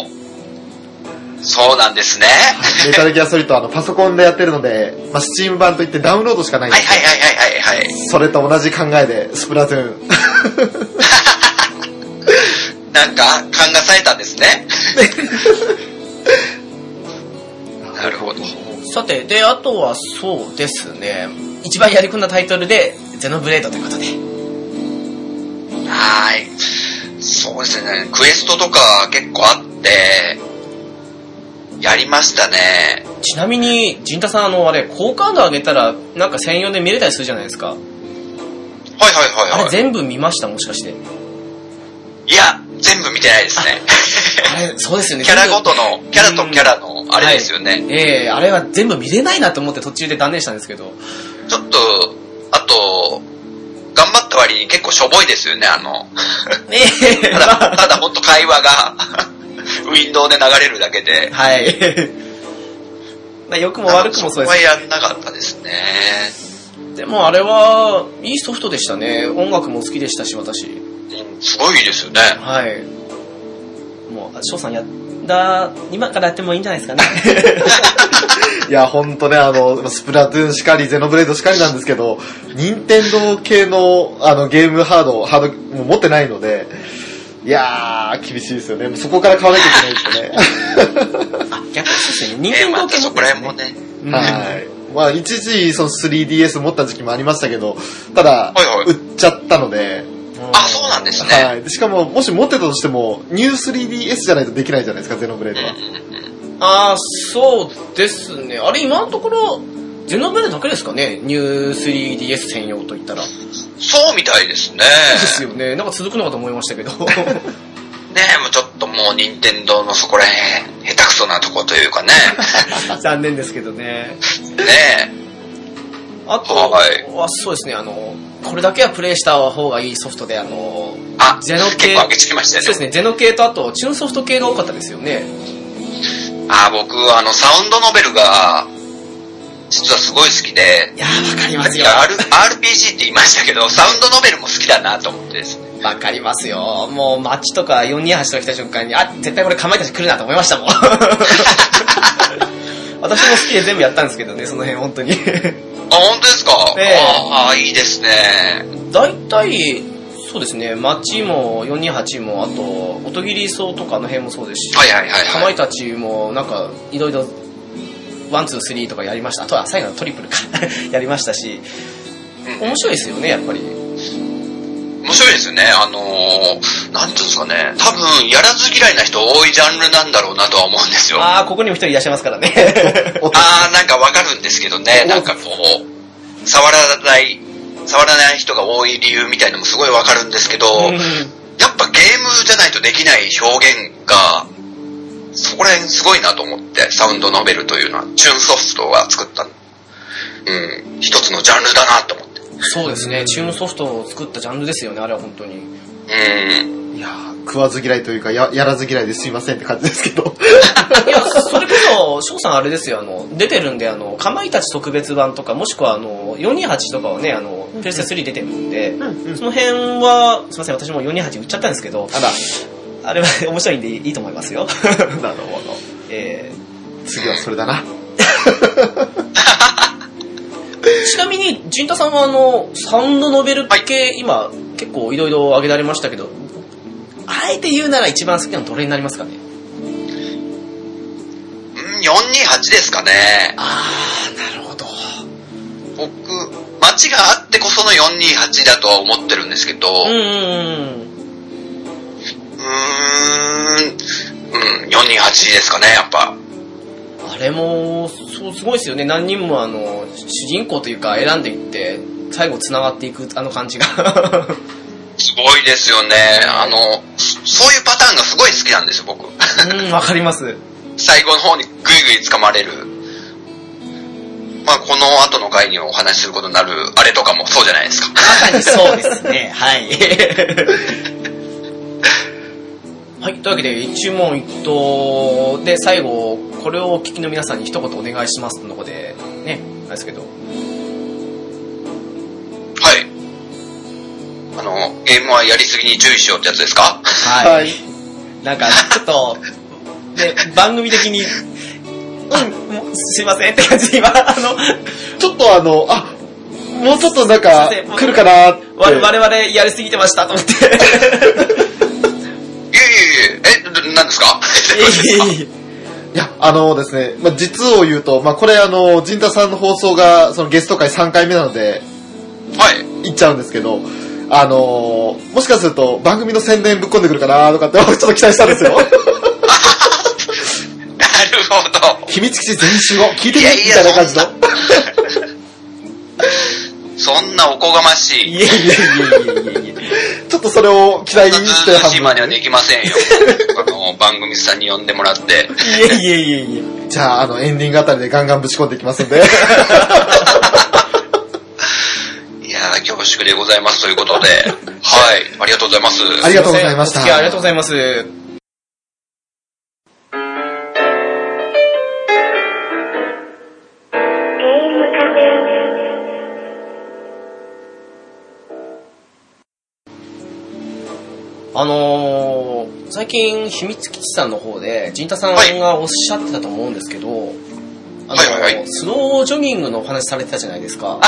Speaker 3: そうなんですね。
Speaker 2: メタルギアソリッドはパソコンでやってるので、スチーム版といってダウンロードしかないんですよ。はい。それと同じ考えで、スプラトゥーン。
Speaker 3: なんか、勘が冴えたんですね。なるほど。
Speaker 1: さて、で、あとはそうですね、一番やり込んだタイトルで、ゼノブレードということで。
Speaker 3: はい。そうですね、クエストとか結構あって、やりましたね。
Speaker 1: ちなみに、陣太さん、好感度上げたら、なんか専用で見れたりするじゃないですか。はい。あれ全部見ました、もしかして。
Speaker 3: いや、全部見てないですね。
Speaker 1: あれ、そうですよね。
Speaker 3: キャラごとの、キャラとキャラの、あれですよね。
Speaker 1: あれは全部見れないなと思って途中で断念したんですけど。
Speaker 3: ちょっと、あと、頑張った割に結構しょぼいですよね、ただほんと会話が、ウィンドウで流れるだけで。
Speaker 1: はい。良くも悪くもそうです。
Speaker 3: そこはやんなかったですね。
Speaker 1: でもあれはいいソフトでしたね。音楽も好きでしたし、私。
Speaker 3: すごいですよね。
Speaker 1: はい。もう、翔さん今からやってもいいんじゃないですかね。
Speaker 2: いや、ほんとね、スプラトゥーンしかり、ゼノブレードしかりなんですけど、任天堂系の、ゲームハードも持ってないので、いやー、厳しいですよね。そこから買わなきゃいけないですよね。
Speaker 1: 逆にそうですね。任天堂系
Speaker 3: そこら辺もね。
Speaker 2: はい。一時、3DS 持った時期もありましたけど、ただ、売っちゃったので、
Speaker 3: そうなんですね。
Speaker 2: はい。しかも、もし持ってたとしても、ニュー 3DS じゃないとできないじゃないですか、ゼノブレードは。
Speaker 1: そうですね。あれ、今のところ、ゼノブレードだけですかね、ニュー 3DS 専用といったら。
Speaker 3: そうみたいですね。
Speaker 1: ですよね。なんか続くのかと思いましたけど。
Speaker 3: ねえ、もうちょっともう任天堂のそこら辺、下手くそなとこというかね。
Speaker 1: 残念ですけどね。
Speaker 3: ねえ。
Speaker 1: あとは、そうですね、これだけはプレイした方がいいソフトで、
Speaker 3: ゼノ系。結構上げちゃいましたね。
Speaker 1: そうですね、ゼノ系とあと、チューンソフト系が多かったですよね。
Speaker 3: 僕、サウンドノベルが、 実はすごい好きで。
Speaker 1: いやー、わかりますよ。
Speaker 3: RPG って言いましたけど、サウンドノベルも好きだなと思ってですね。
Speaker 1: わかりますよ。もう街とか428とか来た瞬間に、あ、絶対これかまいたち来るなと思いましたもん。私も好きで全部やったんですけどね、その辺本当に。
Speaker 3: あ、本当ですか？ああ、いいですね。
Speaker 1: 大体、そうですね、街も428も、あと、音切り層とかの辺もそうですし、かまいたちもなんか、いろいろ、1、2、3とかやりました。あとは最後のトリプルかやりましたし、面白いですよね、やっぱり。
Speaker 3: 面白いですよね。なんていうんですかね。多分、やらず嫌いな人多いジャンルなんだろうなとは思うんですよ。
Speaker 1: ああ、ここにも一人いらっしゃいますからね。
Speaker 3: ああ、なんかわかるんですけどね。なんかこう、触らない人が多い理由みたいのもすごいわかるんですけど、やっぱゲームじゃないとできない表現が、そこら辺すごいなと思って、サウンドノベルというのは、チューンソフトが作った、一つのジャンルだなと思って。
Speaker 1: そうですね、チューンソフトを作ったジャンルですよね、あれは本当に。
Speaker 2: いやー、食わず嫌いというか やらず嫌いですいませんって感じですけど。
Speaker 1: いや、それこそ、翔さんあれですよ、出てるんで、かまいたち特別版とか、もしくは428とかはね、プレステ3出てるんで、その辺は、すいません、私も428売っちゃったんですけど、あれは面白いんでいいと思いますよ。
Speaker 2: なるほど。次はそれだな。
Speaker 1: ちなみに、陣太さんはサウンドノベル系、今、結構いろいろ挙げられましたけど、あえて言うなら一番好きなのどれになりますかね
Speaker 3: ？428ですかね。
Speaker 1: あー、なるほど。
Speaker 3: 僕、街があってこその428だとは思ってるんですけど、428ですかね、やっぱ。
Speaker 1: あれも、そう、すごいですよね。何人も主人公というか選んでいって、最後繋がっていく感じが。
Speaker 3: すごいですよね。そういうパターンがすごい好きなんですよ、僕。
Speaker 1: わかります。
Speaker 3: 最後の方にグイグイ掴まれる。まあ、この後の回にお話しすることになる、あれとかもそうじゃないですか。
Speaker 1: まさにそうですね。はい。はい、というわけで一問一答で最後これをお聞きの皆さんに一言お願いしますのことでね、あれですけど、
Speaker 3: はい、ゲームはやりすぎに注意しようってやつですか？
Speaker 1: はい。なんかちょっとで番組的にすいませんって感じで今
Speaker 2: ちょっともうちょっとなんか来るかなって
Speaker 1: 我々やりすぎてましたと思って。
Speaker 3: 何ですか？
Speaker 2: いや、ですね、実を言うと、これ陣太さんの放送が、そのゲスト会3回目なので、
Speaker 3: はい。
Speaker 2: 言っちゃうんですけど、もしかすると番組の宣伝ぶっ込んでくるかなとかって、ちょっと期待したんですよ。なる
Speaker 3: ほど。
Speaker 2: 秘密基地全集を聞いてみみたいな感じの。
Speaker 3: そんなおこがましい。
Speaker 1: いや
Speaker 2: ちょっとそれを期待して
Speaker 3: 半分まではできませんよ。番組さんに呼んでもらって。
Speaker 1: いや。
Speaker 2: じゃあ、エンディングあたりでガンガンぶち込んでいきますんで。い
Speaker 3: やー、恐縮でございますということで。はい、ありがとうございます。
Speaker 2: ありがとうございました。
Speaker 1: ありがとうございます。最近秘密基地さんの方で陣太さんがおっしゃってたと思うんですけど、スロージョギングのお話されてたじゃないですか。はい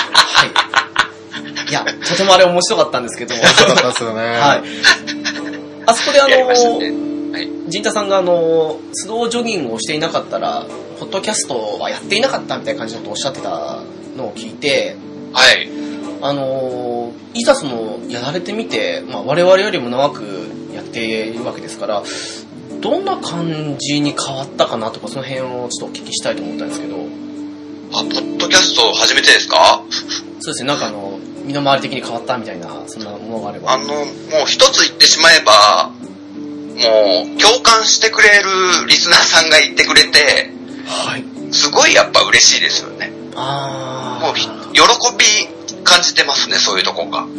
Speaker 1: 。いや、とてもあれ面白かったんですけど。面
Speaker 2: 白かったですよね。
Speaker 1: はい。あそこで陣太さんがスロージョギングをしていなかったらポッドキャストはやっていなかったみたいな感じのことをおっしゃってたのを聞いて、
Speaker 3: はい。
Speaker 1: いざやられてみて、我々よりも長くやっているわけですから、どんな感じに変わったかなとか、その辺をちょっとお聞きしたいと思ったんですけど。
Speaker 3: ポッドキャスト初めてですか？
Speaker 1: そうですね、なんか身の回り的に変わったみたいな、そんなものがあれば。
Speaker 3: もう一つ言ってしまえば、もう共感してくれるリスナーさんがいてくれて、
Speaker 1: はい。
Speaker 3: すごいやっぱ嬉しいですよね。もう喜び感じてますね、そういうとこが。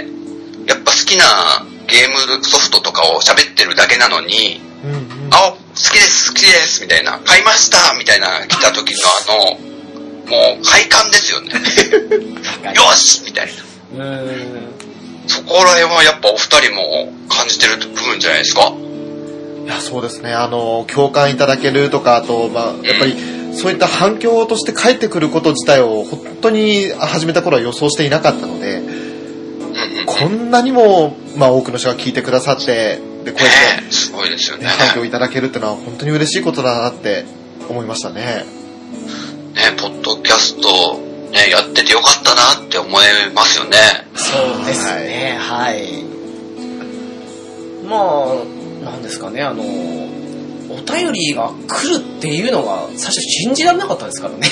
Speaker 3: やっぱ好きなゲームソフトとかを喋ってるだけなのに、 きです好きですみたいな、買いましたみたいな来た時のもう快感ですよね。よしみたいな。そこら辺はやっぱお二人も感じてる部分じゃないですか。
Speaker 2: いや、そうですね。共感いただけるとか、あと、やっぱり、そういった反響として返ってくること自体を本当に始めた頃は予想していなかったので、こんなにも、多くの人が聞いてくださって、で、こうやって、
Speaker 3: すごいですよね。
Speaker 2: 反響いただけるっていうのは本当に嬉しいことだなって思いましたね。
Speaker 3: ね、ポッドキャスト、ね、やっててよかったなって思いますよね。
Speaker 1: そうですね、はい。なんですかね、お便りが来るっていうのが最初信じられなかったですからね。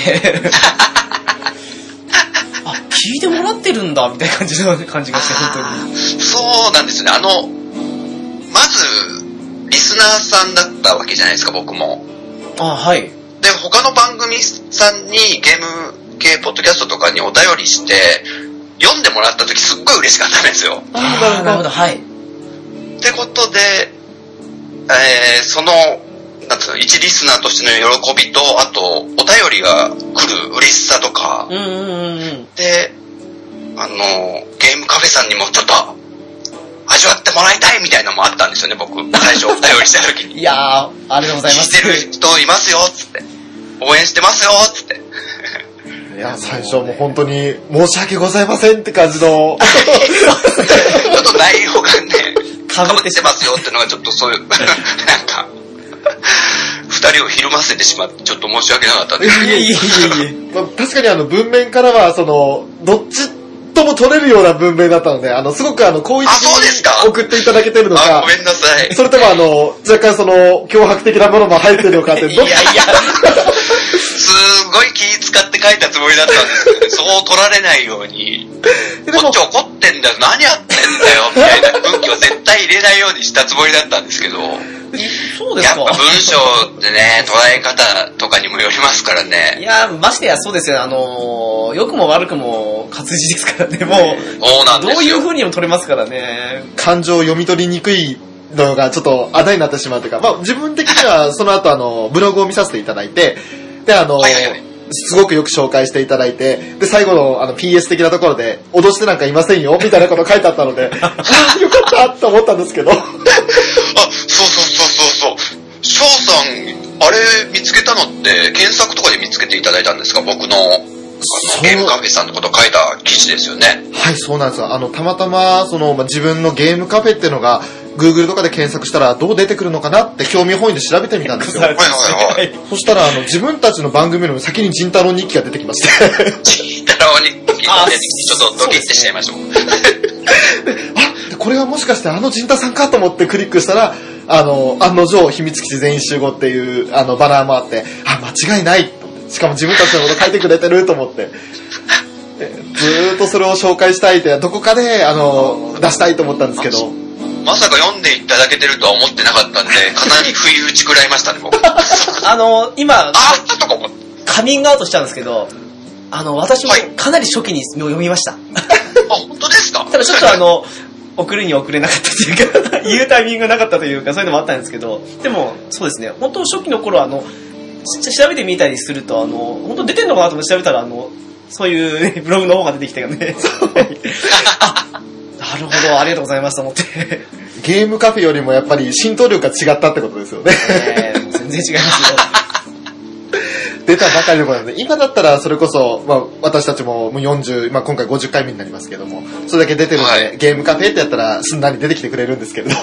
Speaker 1: あ、聞いてもらってるんだみたいな感じがして本当に。
Speaker 3: そうなんですよね。まずリスナーさんだったわけじゃないですか、僕も。
Speaker 1: はい。
Speaker 3: で、他の番組さんにゲーム系ポッドキャストとかにお便りして読んでもらった時すっごい嬉しかったんですよ。
Speaker 1: なるほど、はい。
Speaker 3: ってことで、なんつうの、一リスナーとしての喜びと、あと、お便りが来る嬉しさとか、で、ゲームカフェさんにもちょっと、味わってもらいたいみたいなのもあったんですよね、僕。最初、お便りした時に。
Speaker 1: いやー、ありがとうございます。
Speaker 3: 聞いてる人いますよ、つって。応援してますよ、つって。
Speaker 2: いや、最初もう本当に申し訳ございませんって感じの。ちょ
Speaker 3: っと内容がね、かぶってますよってのがちょっとそういう、なんか、二人をひるませてしまって、ちょっと申し訳なかったんですけ
Speaker 2: ど。確かに文面からは、どっちとも取れるような文面だったので、すごく好意的に送っていただけてるのか、
Speaker 3: ごめんなさい。
Speaker 2: それとも若干脅迫的なものも入ってるのかって、
Speaker 3: いやいや、すごい気使って書いたつもりだったんですけどね、そう取られないように、こっち怒ってんだよ、何やってんだよ、みたいな空気は絶対入れないようにしたつもりだったんですけど、
Speaker 1: そうですか。
Speaker 3: やっぱ文章ってね、捉え方とかにもよりますからね。
Speaker 1: いや、ましてやそうですよ、良くも悪くも活字ですからね、もう、
Speaker 3: そうなんですよ。
Speaker 1: どういう風にも取れますからね。
Speaker 2: 感情を読み取りにくいのがちょっとあだになってしまうというか、自分的にはその後ブログを見させていただいて、で、すごくよく紹介していただいて、で、最後のPS 的なところで、脅してなんかいませんよ、みたいなこと書いてあったので、ああ、よかったと思ったんですけど。
Speaker 3: そう。翔さん、あれ見つけたのって、検索とかで見つけていただいたんですか？僕の、ゲームカフェさんのこと書いた記事ですよね。
Speaker 2: はい、そうなんですよ。たまたま、自分のゲームカフェっていうのが、Google とかで検索したらどう出てくるのかなって興味本位で調べてみたんですよ。そしたら自分たちの番組の先に仁太郎日記が出てきまして。
Speaker 3: 仁太郎日記が出てきてちょっとドキッてしちゃいましたもん。
Speaker 2: これはもしかして仁太さんかと思ってクリックしたら、案の定秘密基地全員集合っていうバナーもあって、間違いないと思って、しかも自分たちのこと書いてくれてると思って。ずーっとそれを紹介したいって、どこかで出したいと思ったんですけど。
Speaker 3: まさか読んでいただけてるとは思ってなかったんで、かなり不意打ち食らいましたね、僕。
Speaker 1: 今、
Speaker 3: とか思って。
Speaker 1: カミングアウトしたんですけど、私もかなり初期に読みました。
Speaker 3: 本当ですか？
Speaker 1: ただちょっと送るに送れなかったというか、言うタイミングがなかったというか、そういうのもあったんですけど、でも、そうですね、本当初期の頃調べてみたりすると、本当出てんのかなと思って調べたら、そういう、ね、ブログの方が出てきたよね。なるほど、ありがとうございますと思って。
Speaker 2: ゲームカフェよりもやっぱり浸透力が違ったってことですよね。
Speaker 1: 全然違いますよ。
Speaker 2: 出たばかりのことなので、今だったらそれこそ、私たちも40、今回50回目になりますけども、それだけ出てるんで、ゲームカフェってやったらすんなり出てきてくれるんですけれど。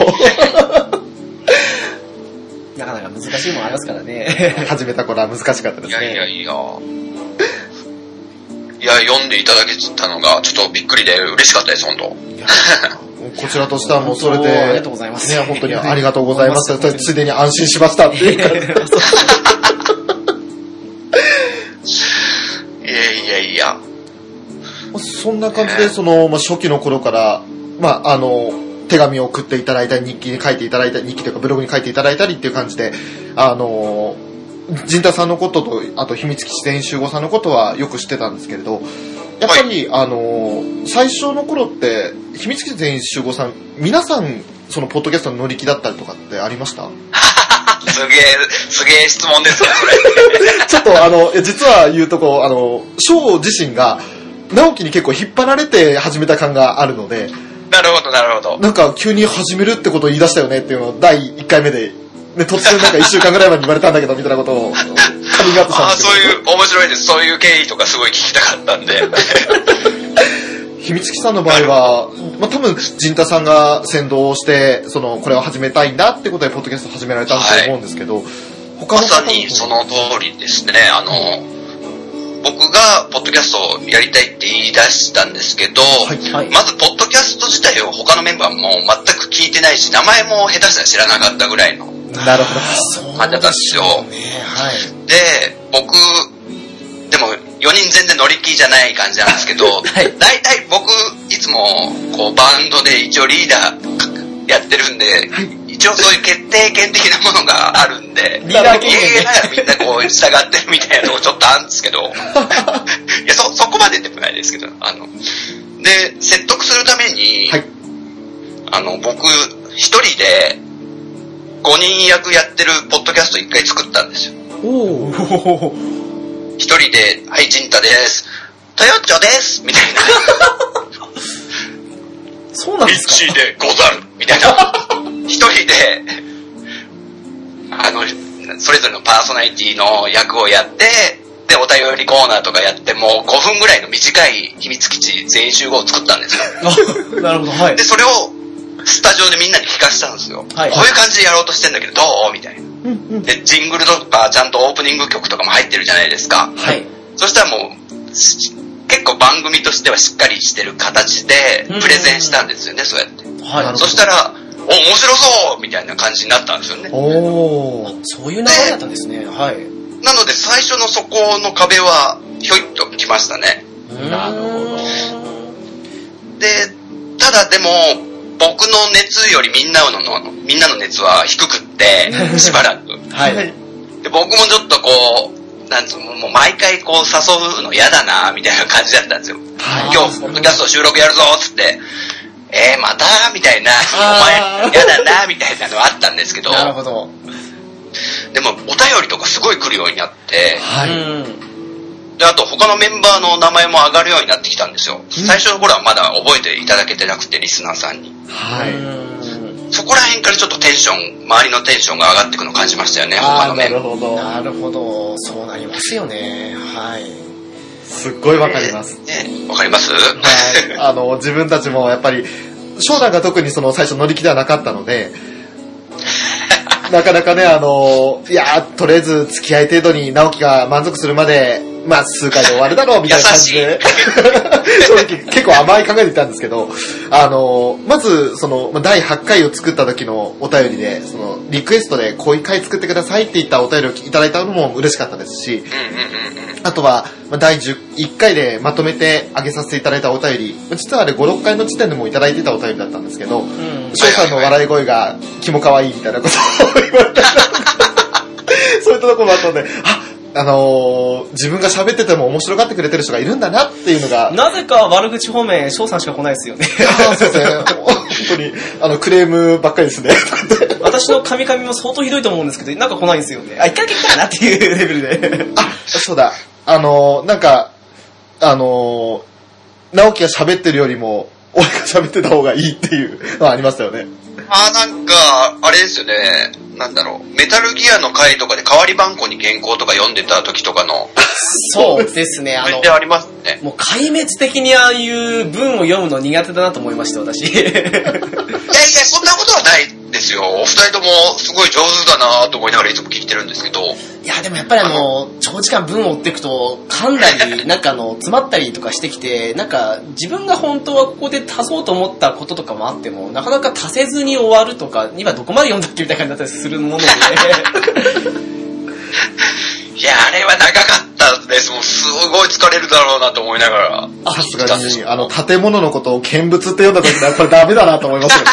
Speaker 1: なかなか難しいもんありますからね。
Speaker 2: 始めた頃は難しかったですね。
Speaker 3: いや、読んでいただけたのがちょっとびっくりで嬉しかったです、本当。
Speaker 2: こちらとしてはもうそれで、
Speaker 1: ありがとうございます。
Speaker 2: ね、本当にありがとうございます。ついでに安心しましたっていう感じ。
Speaker 3: いや。
Speaker 2: そんな感じで、初期の頃から、手紙を送っていただいたり、日記に書いていただいたり、日記というかブログに書いていただいたりっていう感じで、陣太さんのことと、あと秘密基地全員集合さんのことはよく知ってたんですけれど、やっぱり、最初の頃って、秘密基地全員集合さん、皆さん、そのポッドキャストの乗り気だったりとかってありました？
Speaker 3: すげえ質問ですね、それ。
Speaker 2: ちょっと実は言うと翔自身が、直樹に結構引っ張られて始めた感があるので、
Speaker 3: なるほど、なるほど。
Speaker 2: なんか急に始めるってことを言い出したよねっていうのを第1回目で、ね、突然なんか1週間ぐらい前に言われたんだけど、みたいなことをカミングアウトしたんですけど。
Speaker 3: そういう、面白いです。そういう経緯とかすごい聞きたかったんで。
Speaker 2: 秘密基地さんの場合は、多分、陣太さんが先導して、これを始めたいんだってことで、ポッドキャスト始められたと思うんですけど、他の
Speaker 3: まさにその通りですね。僕がポッドキャストをやりたいって言い出したんですけど、まずポッドキャスト自体を他のメンバーも全く聞いてないし、名前も下手したら知らなかったぐらいの
Speaker 2: なるほど。
Speaker 3: 感じだったんですよ。で、僕、でも4人全然乗り気じゃない感じなんですけど、大体僕いつもこうバンドで一応リーダーやってるんで、一応そういう決定権的なものがあるんで、
Speaker 1: リーダー権限
Speaker 3: ながらみんなこう従ってるみたいなのがちょっとあるんですけど、いやそこまででもないですけど、で、説得するために、僕一人で5人役やってるポッドキャスト1回作ったんですよ。一人で、はい、陣太です。トヨッチョです。みたいな。
Speaker 1: そうなんですか？
Speaker 3: 1位でござる。みたいな。一人で、それぞれのパーソナリティの役をやって、で、お便りコーナーとかやって、もう5分ぐらいの短い秘密基地全員集合を作ったんですよ。
Speaker 1: なるほど、はい。
Speaker 3: で、それをスタジオでみんなに聞かせたんですよ。こういう感じでやろうとしてんだけど、どうみたいな。で、ジングルとかちゃんとオープニング曲とかも入ってるじゃないですか。そしたらもう、結構番組としてはしっかりしてる形でプレゼンしたんですよね、そうやって。そしたら、面白そうみたいな感じになったんですよね。
Speaker 1: そういう流れだったんですね。
Speaker 3: なので最初のそこの壁はひょいっと来ましたね。
Speaker 1: なるほど。
Speaker 3: で、ただでも、僕の熱よりみんなの熱は低くって、しばらく。で、僕もちょっとこう、なんつうの、もう毎回こう誘うの嫌だなみたいな感じだったんですよ。今日、ポッドキャスト収録やるぞつって、またみたいな、お前嫌だなみたいなのあったんですけど、
Speaker 1: なるほど。
Speaker 3: でも、お便りとかすごい来るようになって、で、あと他のメンバーの名前も上がるようになってきたんですよ。最初の頃はまだ覚えていただけてなくて、リスナーさんに。そこら辺からちょっと周りのテンションが上がっていくのを感じましたよね、他のメンバー。
Speaker 1: なるほど。そうなりますよね。
Speaker 2: すっごいわかります。
Speaker 3: わかります？
Speaker 2: 自分たちもやっぱり、翔太が特に最初乗り気ではなかったので、なかなかね、いや、とりあえず付き合い程度に直樹が満足するまで、数回で終わるだろうみたいな感じで、正直結構甘い考えでいたんですけど、まず、第8回を作った時のお便りで、リクエストでこういう回作ってくださいって言ったお便りをいただいたのも嬉しかったですし、あとは、第11回でまとめてあげさせていただいたお便り、実はあれ5、6回の時点でもいただいてたお便りだったんですけど、翔さんの笑い声がキモ可愛いみたいなことを言われたそういったところもあったので、自分が喋ってても面白がってくれてる人がいるんだなっていうのが。
Speaker 1: なぜか悪口方面、翔さんしか来ないですよね。
Speaker 2: そうですね。本当に、クレームばっかりですね。
Speaker 1: 私のカミカミも相当ひどいと思うんですけど、なんか来ないんですよね。一回来たかなっていうレベルで。
Speaker 2: そうだ。なんか、直樹が喋ってるよりも、俺が喋ってた方がいいっていうのはありましたよね。
Speaker 3: なんか、あれですよね。なんだろう。メタルギアの回とかで代わり番号に原稿とか読んでた時とかの。
Speaker 1: そうですね。
Speaker 3: ありますね。
Speaker 1: もう壊滅的にああいう文を読むの苦手だなと思いました、私。いやいや、
Speaker 3: そんなことはないですよ。お二人ともすごい上手だなと思いながらいつも聞いてるんですけど。
Speaker 1: いや、でもやっぱり長時間文を追っていくと、噛んだり、なんか詰まったりとかしてきて、なんか自分が本当はここで足そうと思ったこととかもあっても、なかなか足せずに終わるとか、今どこまで読んだっけみたいな感じだったりするもので。
Speaker 3: いや、あれは長かったです。もうすごい疲れるだろうなと思いながら。
Speaker 2: さすがに、建物のことを見物って読んだ時にはこれダメだなと思いますよね。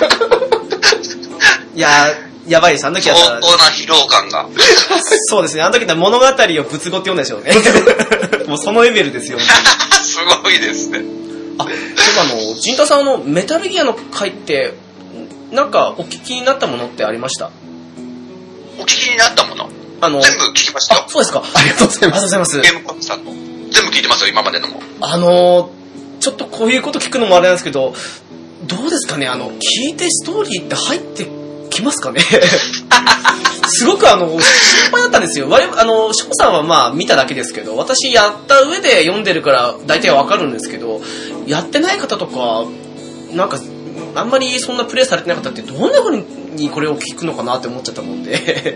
Speaker 1: いや、やばいです。あの時は
Speaker 3: 相当な疲労感が。
Speaker 1: そうですね。あの時は物語を仏語って読んだでしょうね。もうそのレベルですよ。
Speaker 3: すごいですね。
Speaker 1: 陣太さんメタルギアの回って、なんかお聞きになったものってありました？
Speaker 3: お聞きになったもの、全部聞きましたよ。
Speaker 1: そうですか。
Speaker 2: ありがとうございます。
Speaker 1: ありがとうございます。
Speaker 3: ゲームカフェさんの。全部聞いてますよ、今までのも。
Speaker 1: ちょっとこういうこと聞くのもあれなんですけど、どうですかね、聞いてストーリーって入ってきますかねすごく心配だったんですよ。翔子さんはまあ見ただけですけど、私やった上で読んでるから大体わかるんですけど、やってない方とか、なんか、あんまりそんなプレイされてない方ってどんな風にこれを聞くのかなって思っちゃったもんで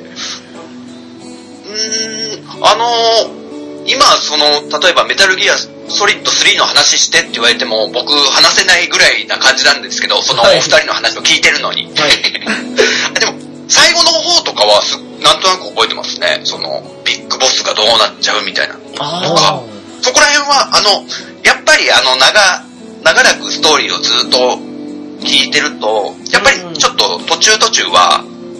Speaker 3: 今、例えばメタルギアソリッド3の話してって言われても、僕話せないぐらいな感じなんですけど、そのお二人の話を聞いてるのに。はい、でも、最後の方とかはなんとなく覚えてますね。ビッグボスがどうなっちゃうみたいな。とか、そこら辺は、やっぱり長らくストーリーをずっと聞いてると、やっぱりちょっと途中は、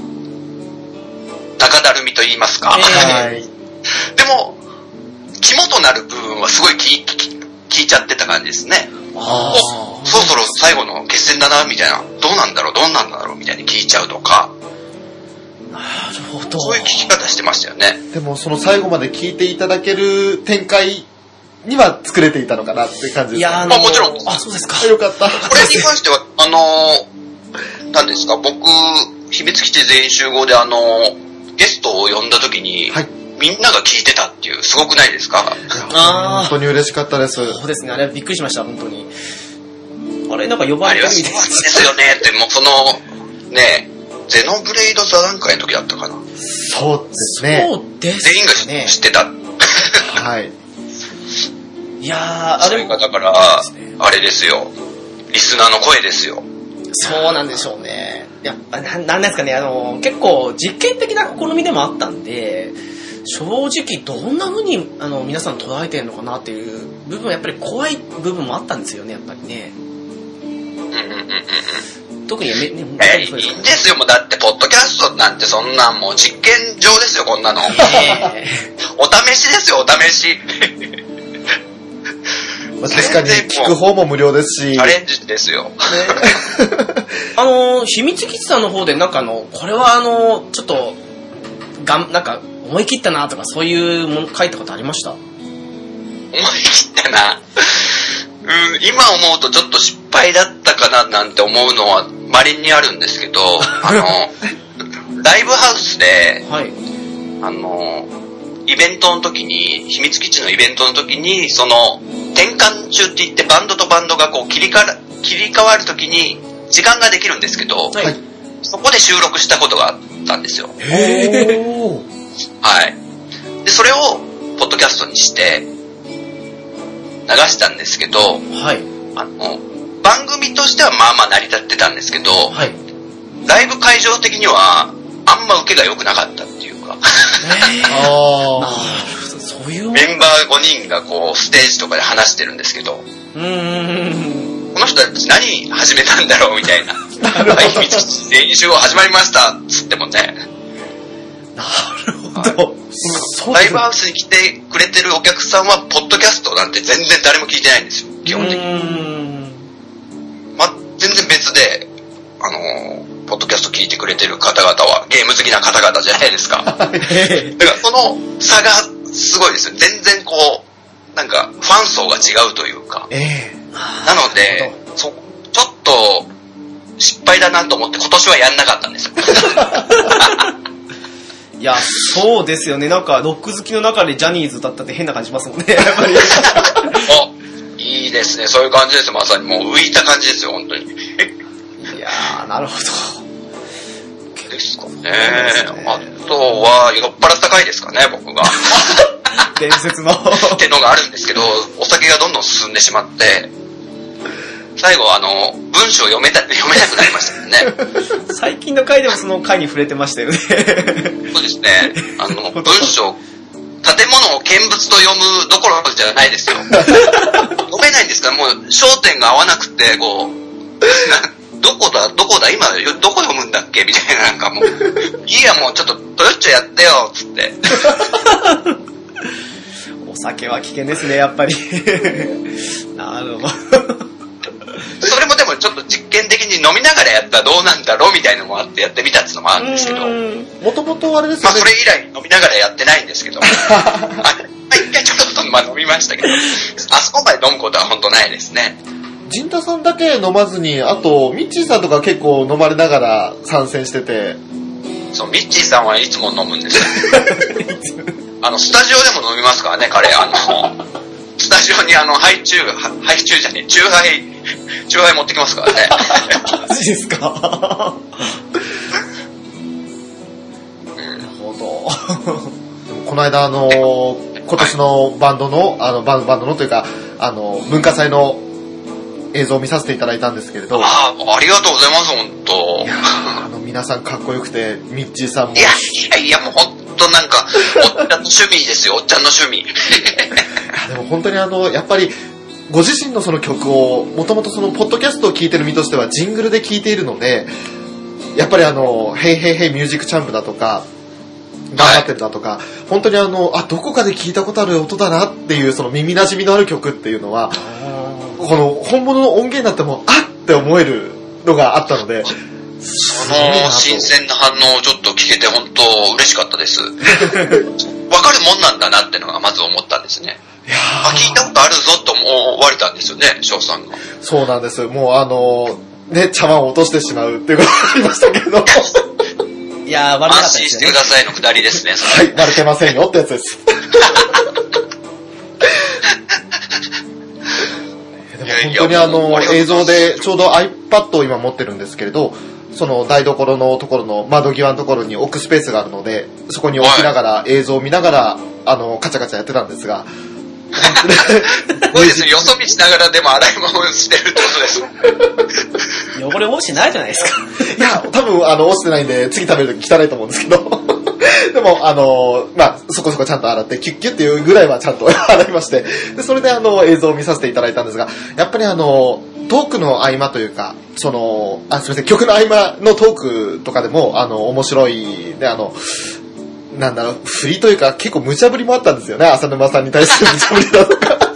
Speaker 3: 中だるみと言いますか。でも、肝となる部分はすごい聞いちゃってた感じですね。そろそろ最後の決戦だな、みたいな。どうなんだろう、みたいに聞いちゃうとか。
Speaker 1: なるほど。
Speaker 3: そういう聞き方してましたよね。
Speaker 2: でも、その最後まで聞いていただける展開には作れていたのかなって感じですか。
Speaker 1: いや
Speaker 3: もちろん。
Speaker 1: そうですか。
Speaker 2: よかった。
Speaker 3: これに関しては、何ですか、僕、秘密基地全員集合でゲストを呼んだ時に、はい、みんなが聞いてたっていう、すごくないですか？
Speaker 2: 本当に嬉しかったです。
Speaker 1: そうですね、あれびっくりしました、本当に。あれ、なんか呼ばれたみたいな。
Speaker 3: ですよねって、もうね、ゼノブレイド座談会の時だったかな。
Speaker 2: そうですね。
Speaker 1: そうですね。
Speaker 3: 全員が知ってた。
Speaker 2: はい。
Speaker 1: いや
Speaker 3: それがだから、あれですよ。リスナーの声ですよ。
Speaker 1: そうなんでしょうね。やっぱ、なんですかね、結構実験的な試みでもあったんで、正直どんな風に皆さん捉えてるのかなっていう部分はやっぱり怖い部分もあったんですよね、やっぱりね。特にね、いいん
Speaker 3: ですよ、もうだってポッドキャストなんてそんなんもう実験場ですよ、こんなの。お試しですよ、お試し。
Speaker 2: 確かに聞く方も無料ですし。
Speaker 3: チャレンジですよ。
Speaker 1: 秘密基地さんの方でなんかこれはちょっとなんか思い切ったなとかそういうもの書いたことありました？
Speaker 3: 思い切ったな。今思うとちょっと失敗だったかななんて思うのは稀にあるんですけど、ライブハウスで、はい、イベントの時に、秘密基地のイベントの時に、転換中って言ってバンドとバンドがこう切り替わる時に時間ができるんですけど、はい、そこで収録したことがあったんですよ。はい。で、それをポッドキャストにして流したんですけど、はい、番組としてはまあまあ成り立ってたんですけど、はい、ライブ会場的にはあんま受けが良くなかったっていうか、
Speaker 1: そういう
Speaker 3: メンバー5人がこうステージとかで話してるんですけど、この人たち何始めたんだろうみたいな。秘密基地全員集合始まりましたっつってもね。
Speaker 1: なるほど。
Speaker 3: ライブハウスに来てくれてるお客さんはポッドキャストなんて全然誰も聞いてないんですよ、基本的に。全然別でポッドキャスト聞いてくれてる方々はゲーム好きな方々じゃないですか。だからその差がすごいですよ。全然こうなんかファン層が違うというか、なのでちょっと失敗だなと思って今年はやんなかったんですよ。
Speaker 1: いや、そうですよね。なんかロック好きの中でジャニーズだったって変な感じしますもんね、やっぱり。
Speaker 3: いいですね。そういう感じですよ。まさにもう浮いた感じですよ、本当に。い
Speaker 1: やー、なるほ
Speaker 3: ど。ですかね。あとは酔っ払った回ですかね、僕が。
Speaker 1: 伝説の
Speaker 3: ってのがあるんですけど、お酒がどんどん進んでしまって、最後文章読めなくなりましたよね。
Speaker 1: 最近の回でもその回に触れてましたよね。
Speaker 3: そうですね。文章、建物を見物と読むどころじゃないですよ。読めないんですから、もう焦点が合わなくて、こう、どこだ、今、どこ読むんだっけみたいな、なんかもう、いいや、もうちょっと、トヨッチョやってよ、つって。
Speaker 1: お酒は危険ですね、やっぱり。なるほど。
Speaker 3: それもでも、 ちょっと実験的に飲みながらやったらどうなんだろうみたいなのもあってやってみたっていうのもあるんですけど、
Speaker 2: もともとあれですよね。
Speaker 3: それ以来飲みながらやってないんですけど、一回ちょっと飲みましたけど、あそこまで飲むことは本当ないですね。
Speaker 2: 陣太さんだけ飲まずに、あと、ミッチーさんとか結構飲まれながら参戦してて。
Speaker 3: そう、ミッチーさんはいつも飲むんですよ。スタジオでも飲みますからね、彼。スタジオにチューハイ持ってきますからね。
Speaker 2: マジですか？なるほど。でもこの間今年のバンドの、バンドのというか、文化祭の映像を見させていただいたんですけれど。
Speaker 3: ありがとうございます、本当。
Speaker 2: いや皆さんかっこよくて、ミッチーさんも。
Speaker 3: いや、もう本当なんか、おっちゃんの趣味ですよ、おっちゃんの趣味。
Speaker 2: でも本当にやっぱり、ご自身のその曲を、もともとその、ポッドキャストを聴いてる身としては、ジングルで聴いているので、やっぱりヘイヘイヘイミュージックチャンプだとか、頑張ってるだとか、本当にどこかで聞いたことある音だなっていう、その耳馴染みのある曲っていうのは、この本物の音源になっても、あって思えるのがあったので、
Speaker 3: その新鮮な反応をちょっと聞けて本当嬉しかったです。わかるもんなんだなってのがまず思ったんですね。聞いたことあるぞと思われたんですよね、翔さんが。
Speaker 2: そうなんです。もう茶碗を落としてしまうっていうことがありましたけど。
Speaker 1: いやー、悪かったですね。
Speaker 3: 安心してくださいのくだりですね。
Speaker 2: はい、悪けませんよってやつです。でも本当に映像でちょうど iPad を今持ってるんですけれど、その台所のところの窓際のところに置くスペースがあるので、そこに置きながら映像を見ながらカチャカチャやってたんですが、
Speaker 3: すごいですね。よそ見しながらでも洗い物をしてるってことです。
Speaker 1: 汚れ落ちてないじゃないですか。
Speaker 2: いや、多分落ちてないんで次食べるとき汚いと思うんですけど。でもそこそこちゃんと洗ってキュッキュッっていうぐらいはちゃんと洗いまして、でそれで映像を見させていただいたんですが、やっぱりトークの合間というか、すみません、曲の合間のトークとかでも面白いでなんだろう、振りというか結構無茶ぶりもあったんですよね、浅沼さんに対する無茶ぶりだとか。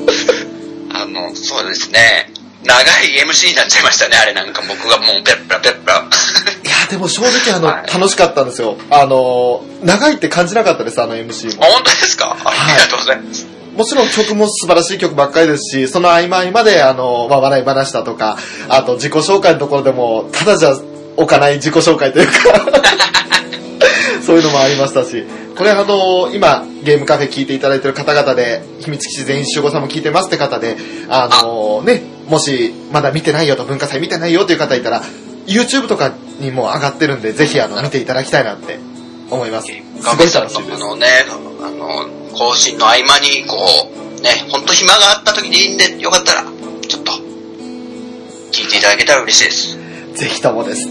Speaker 3: そうですね。長い MC になっちゃいましたね、あれなんか僕がもうペップラペップラ。
Speaker 2: いや、でも正直楽しかったんですよ。長いって感じなかったです、MC も。
Speaker 3: 本当ですか？ありがとうございます。
Speaker 2: もちろん曲も素晴らしい曲ばっかりですし、その合間合間で笑い話だとか、あと自己紹介のところでも、ただじゃ置かない自己紹介というか、そういうのもありましたし、これ今、ゲームカフェ聞いていただいている方々で、秘密基地全員集合さんも聞いてますって方で、もしまだ見てないよと、文化祭見てないよという方いたら、YouTube とかにも上がってるんで、ぜひ見ていただきたいなって思います。すごい楽しいです。
Speaker 3: 更新の合間にほんと暇があった時でいいんで、よかったらちょっと聞いていただけたら嬉しいです。
Speaker 2: ぜひともです。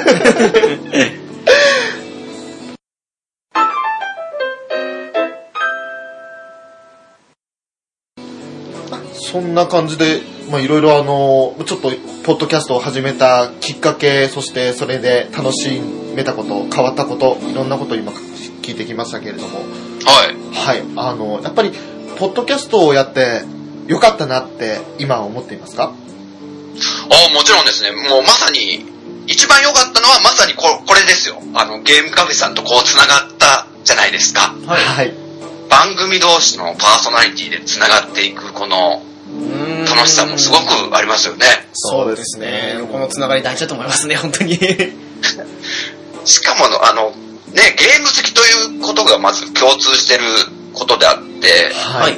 Speaker 2: そんな感じで、いろいろちょっとポッドキャストを始めたきっかけ、そしてそれで楽しめたこと、変わったこと、いろんなことを今聞いてきましたけれども、はい、やっぱりポッドキャストをやってよかったなって今思っていますか？
Speaker 3: もちろんですね。もうまさに一番良かったのはまさにこれですよ。ゲームカフェさんと繋がったじゃないですか。
Speaker 2: はい。
Speaker 3: 番組同士のパーソナリティで繋がっていくこの楽しさもすごくありますよね。
Speaker 1: そうですね。この繋がり大事だと思いますね、本当に。
Speaker 3: しかもゲーム好きということがまず共通してることであって、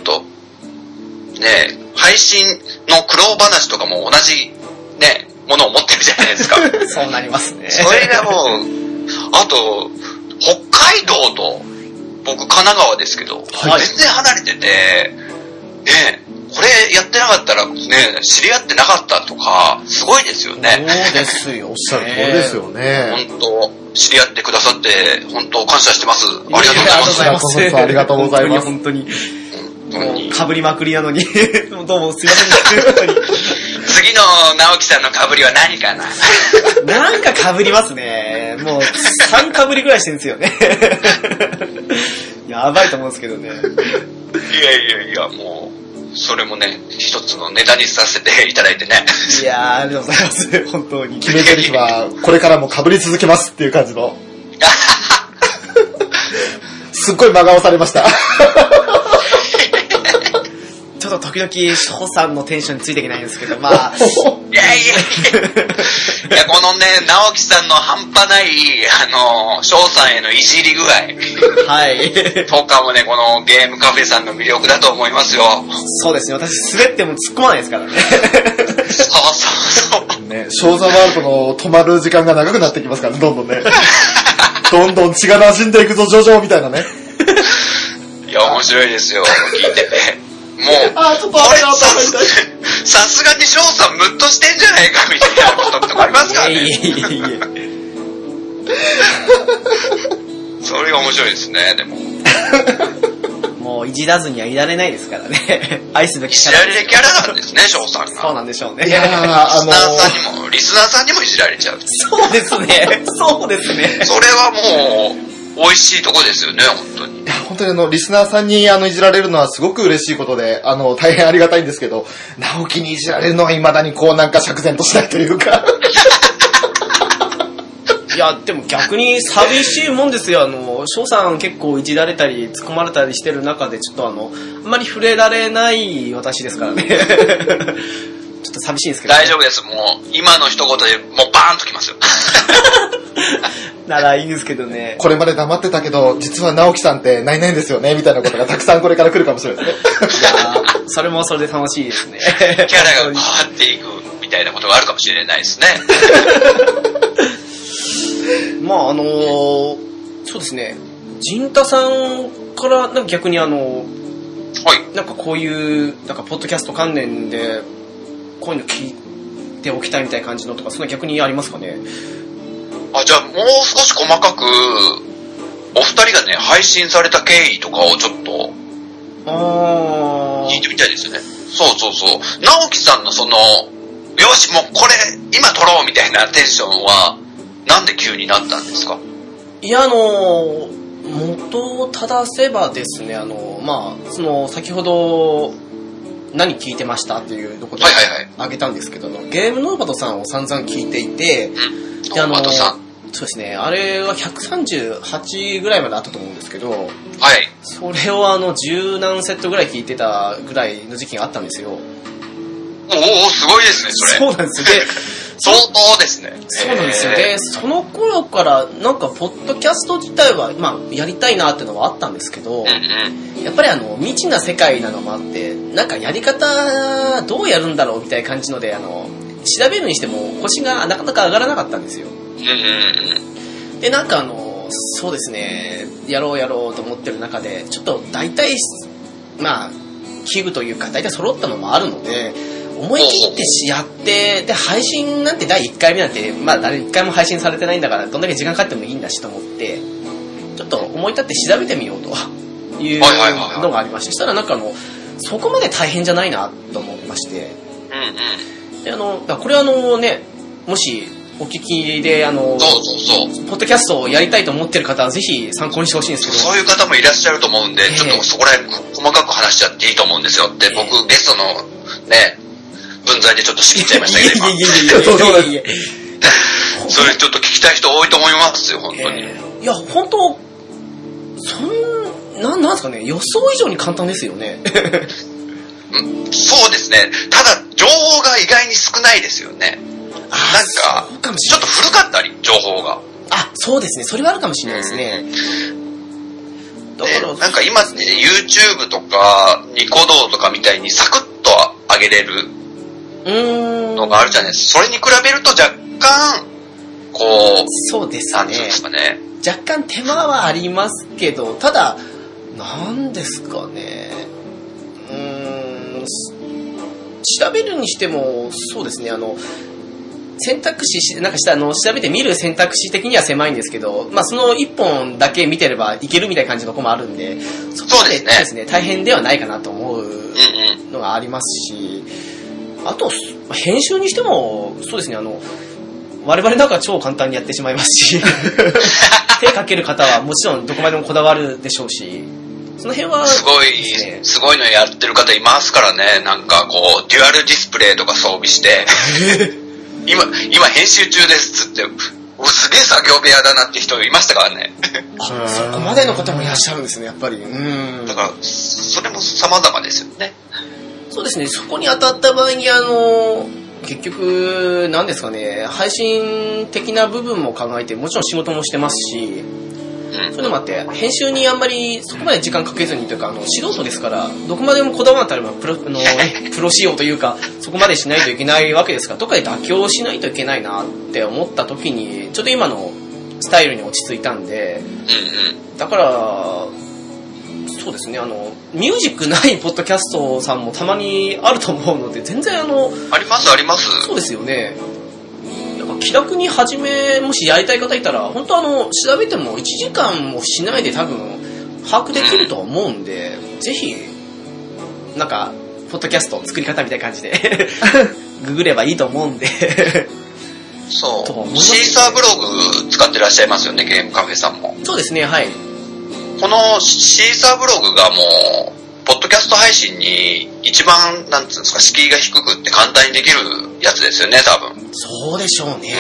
Speaker 3: 配信の苦労話とかも同じものを持ってるじゃないですか。
Speaker 1: そうなりますね。
Speaker 3: それがもう、あと、北海道と、僕神奈川ですけど、全然離れてて、これやってなかったら知り合ってなかったとか、すごいですよね。
Speaker 1: そうですよ。
Speaker 2: おっしゃる通りですよね。
Speaker 3: 本当、知り合ってくださって、本当感謝してます。ありがとうございます。
Speaker 2: ありがとうございます。
Speaker 1: 本当に。かぶりまくりなのに、どうもすいません。
Speaker 3: 次の直樹さんのかぶりは何かな？
Speaker 1: なんかかぶりますね。もう3かぶりぐらいしてるんですよね。やばいと思うんですけどね。
Speaker 3: いや、もう、 それもね、一つのネタにさせていただいてね。
Speaker 1: いやー、ありがとうございます。本当に。
Speaker 2: 決め台詞は、これからも被り続けますっていう感じの。すっごい真顔されました。
Speaker 1: ちょっと時々、翔さんのテンションについていけないんですけど、まあ。
Speaker 3: いや、このね、直樹さんの半端ない、翔さんへのいじり具合。
Speaker 1: はい。
Speaker 3: とかもね、このゲームカフェさんの魅力だと思いますよ。
Speaker 1: そうですね、私滑っても突っ込まないですからね。
Speaker 3: そう。
Speaker 2: ね、ショーザワールドの止まる時間が長くなってきますからね、どんどんね。どんどん血が馴染んでいくぞ、ジョジョみたいなね。
Speaker 3: いや、面白いですよ、聞いてて。もう、
Speaker 2: ちょっとあれだったみたい。
Speaker 3: さすがに翔さんムッとしてんじゃないかみたいなこととかありますからね。それが面白いですね、でも。
Speaker 1: もういじらずにはいられないですからね。愛すべき
Speaker 3: キャラ。いじられるキャラなんですね、翔さんが。
Speaker 1: そうなんでしょうね。
Speaker 3: リスナーさんにもいじられちゃう。
Speaker 1: そうですね。そうですね。
Speaker 3: それはもう、美味しいとこですよね、本当に。
Speaker 2: いや、本当にリスナーさんにいじられるのはすごく嬉しいことで、大変ありがたいんですけど、直樹にいじられるのは未だにこうなんか釈然としないというか。
Speaker 1: いや、でも逆に寂しいもんですよ。翔さん結構いじられたり、突っ込まれたりしてる中で、ちょっとあんまり触れられない私ですからね。ちょっと寂しいんですけど、ね。
Speaker 3: 大丈夫です。もう、今の一言でもうバーンときますよ。
Speaker 1: ならいいんですけどね。
Speaker 2: これまで黙ってたけど、実は直樹さんってないないんですよね、みたいなことがたくさんこれから来るかもしれないですね。
Speaker 1: いやそれもそれで楽しいですね。
Speaker 3: キャラが変わっていくみたいなことがあるかもしれないですね。
Speaker 1: まあそうですね。陣太さんからなんか逆にはい、なんかこういうなんかポッドキャスト関連でこういうの聞いておきたいみたいな感じのとか、そんな逆にありますかね。
Speaker 3: じゃあもう少し細かくお二人がね配信された経緯とかをちょっと聞いてみたいですね。そう直樹さんのよしもうこれ今撮ろうみたいなテンションはなんで急になったんですか？
Speaker 1: いや元を正せばですね、まあ先ほど何聞いてましたっていうところであげたんですけど、ゲームノーバトさんを散々聞いていて、で
Speaker 3: ノーバトさん、
Speaker 1: そうですね、あれは138ぐらいまであったと思うんですけど、
Speaker 3: はい、
Speaker 1: それを10何セットぐらい聞いてたぐらいの時期があったんですよ。
Speaker 3: おお、すごいですね、それ。
Speaker 1: そうなんですよ。で
Speaker 3: 相当ですね。
Speaker 1: そうなんですよ。で、その頃からなんかポッドキャスト自体はまあやりたいなっていうのはあったんですけど、やっぱり未知な世界なのもあって、なんかやり方どうやるんだろうみたいな感じので調べるにしても腰がなかなか上がらなかったんですよ。でなんかそうですね、やろうと思ってる中でちょっと大体まあ器具というか大体揃ったのもあるので。思い切ってやって、で、配信なんて第1回目なんて、まあ誰1回も配信されてないんだから、どんだけ時間かかってもいいんだしと思って、ちょっと思い立って調べてみようというのがありまして、そしたらなんかそこまで大変じゃないなと思いまして、でこれはね、もしお聞きで、ポッドキャストをやりたいと思ってる方はぜひ参考にしてほしいんですけど。
Speaker 3: そういう方もいらっしゃると思うんで、ちょっとそこら辺細かく話しちゃっていいと思うんですよ。で、僕ゲストのね、分際でちょっと仕切っちゃいましたけど、今。それちょっと聞きたい人多いと思いますよ、本当に。
Speaker 1: いや、本当なんですかね、予想以上に簡単ですよね。
Speaker 3: そうですね。ただ、情報が意外に少ないですよね。なんか、ちょっと古かったり、情報が。
Speaker 1: そうですね。それはあるかもしれないですね。
Speaker 3: だからなんか今ね、YouTube とか、ニコ動とかみたいにサクッと上げれるのがあるじゃないですか。それに比べると若干、
Speaker 1: そうですね。
Speaker 3: なんていうんですかね。
Speaker 1: 若干手間はありますけど、ただ、なんですかね。調べるにしても、そうですね、選択肢、なんか調べてみる選択肢的には狭いんですけど、まあその一本だけ見てればいけるみたいな感じの子もあるんで、そこまでですね、大変ではないかなと思うのがありますし、あと、編集にしても、そうですね、我々なんか超簡単にやってしまいますし、手かける方はもちろんどこまでもこだわるでしょうし、 その辺は、
Speaker 3: すごいのやってる方いますからね。なんかこう、デュアルディスプレイとか装備して、今編集中ですっつって、すげえ作業部屋だなって人いましたからね。
Speaker 1: そこまでの方もいらっしゃるんですね、やっぱり。
Speaker 3: だから、それも様々ですよね。
Speaker 1: そうですね、そこに当たった場合に結局、何ですかね、配信的な部分も考えて、もちろん仕事もしてますし、そういうのもあって、編集にあんまりそこまで時間かけずにというか、素人ですから、どこまでもこだわらなければプロ仕様というか、そこまでしないといけないわけですから、どっかで妥協しないといけないなって思った時に、ちょっと今のスタイルに落ち着いたんで、だから、そうですね、ミュージックないポッドキャストさんもたまにあると思うので、全然あ
Speaker 3: りますあります。
Speaker 1: そうですよね。気楽にもしやりたい方いたら、本当調べても1時間もしないで多分把握できると思うんで、ぜひなんかポッドキャスト作り方みたいな感じでググればいいと思うんで
Speaker 3: そう、シーサーブログ使ってらっしゃいますよね、ゲームカフェさんも。
Speaker 1: そうですね、はい。
Speaker 3: このシーサーブログがもうポッドキャスト配信に一番なんつうんですか、敷居が低くって簡単にできるやつですよね、多分。
Speaker 1: そうでしょうね。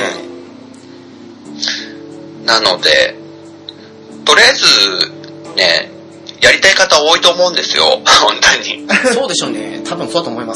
Speaker 3: なので、とりあえずね、やりたい方多いと思うんですよ、本当に。
Speaker 1: そうでしょうね、多分そうだと思います。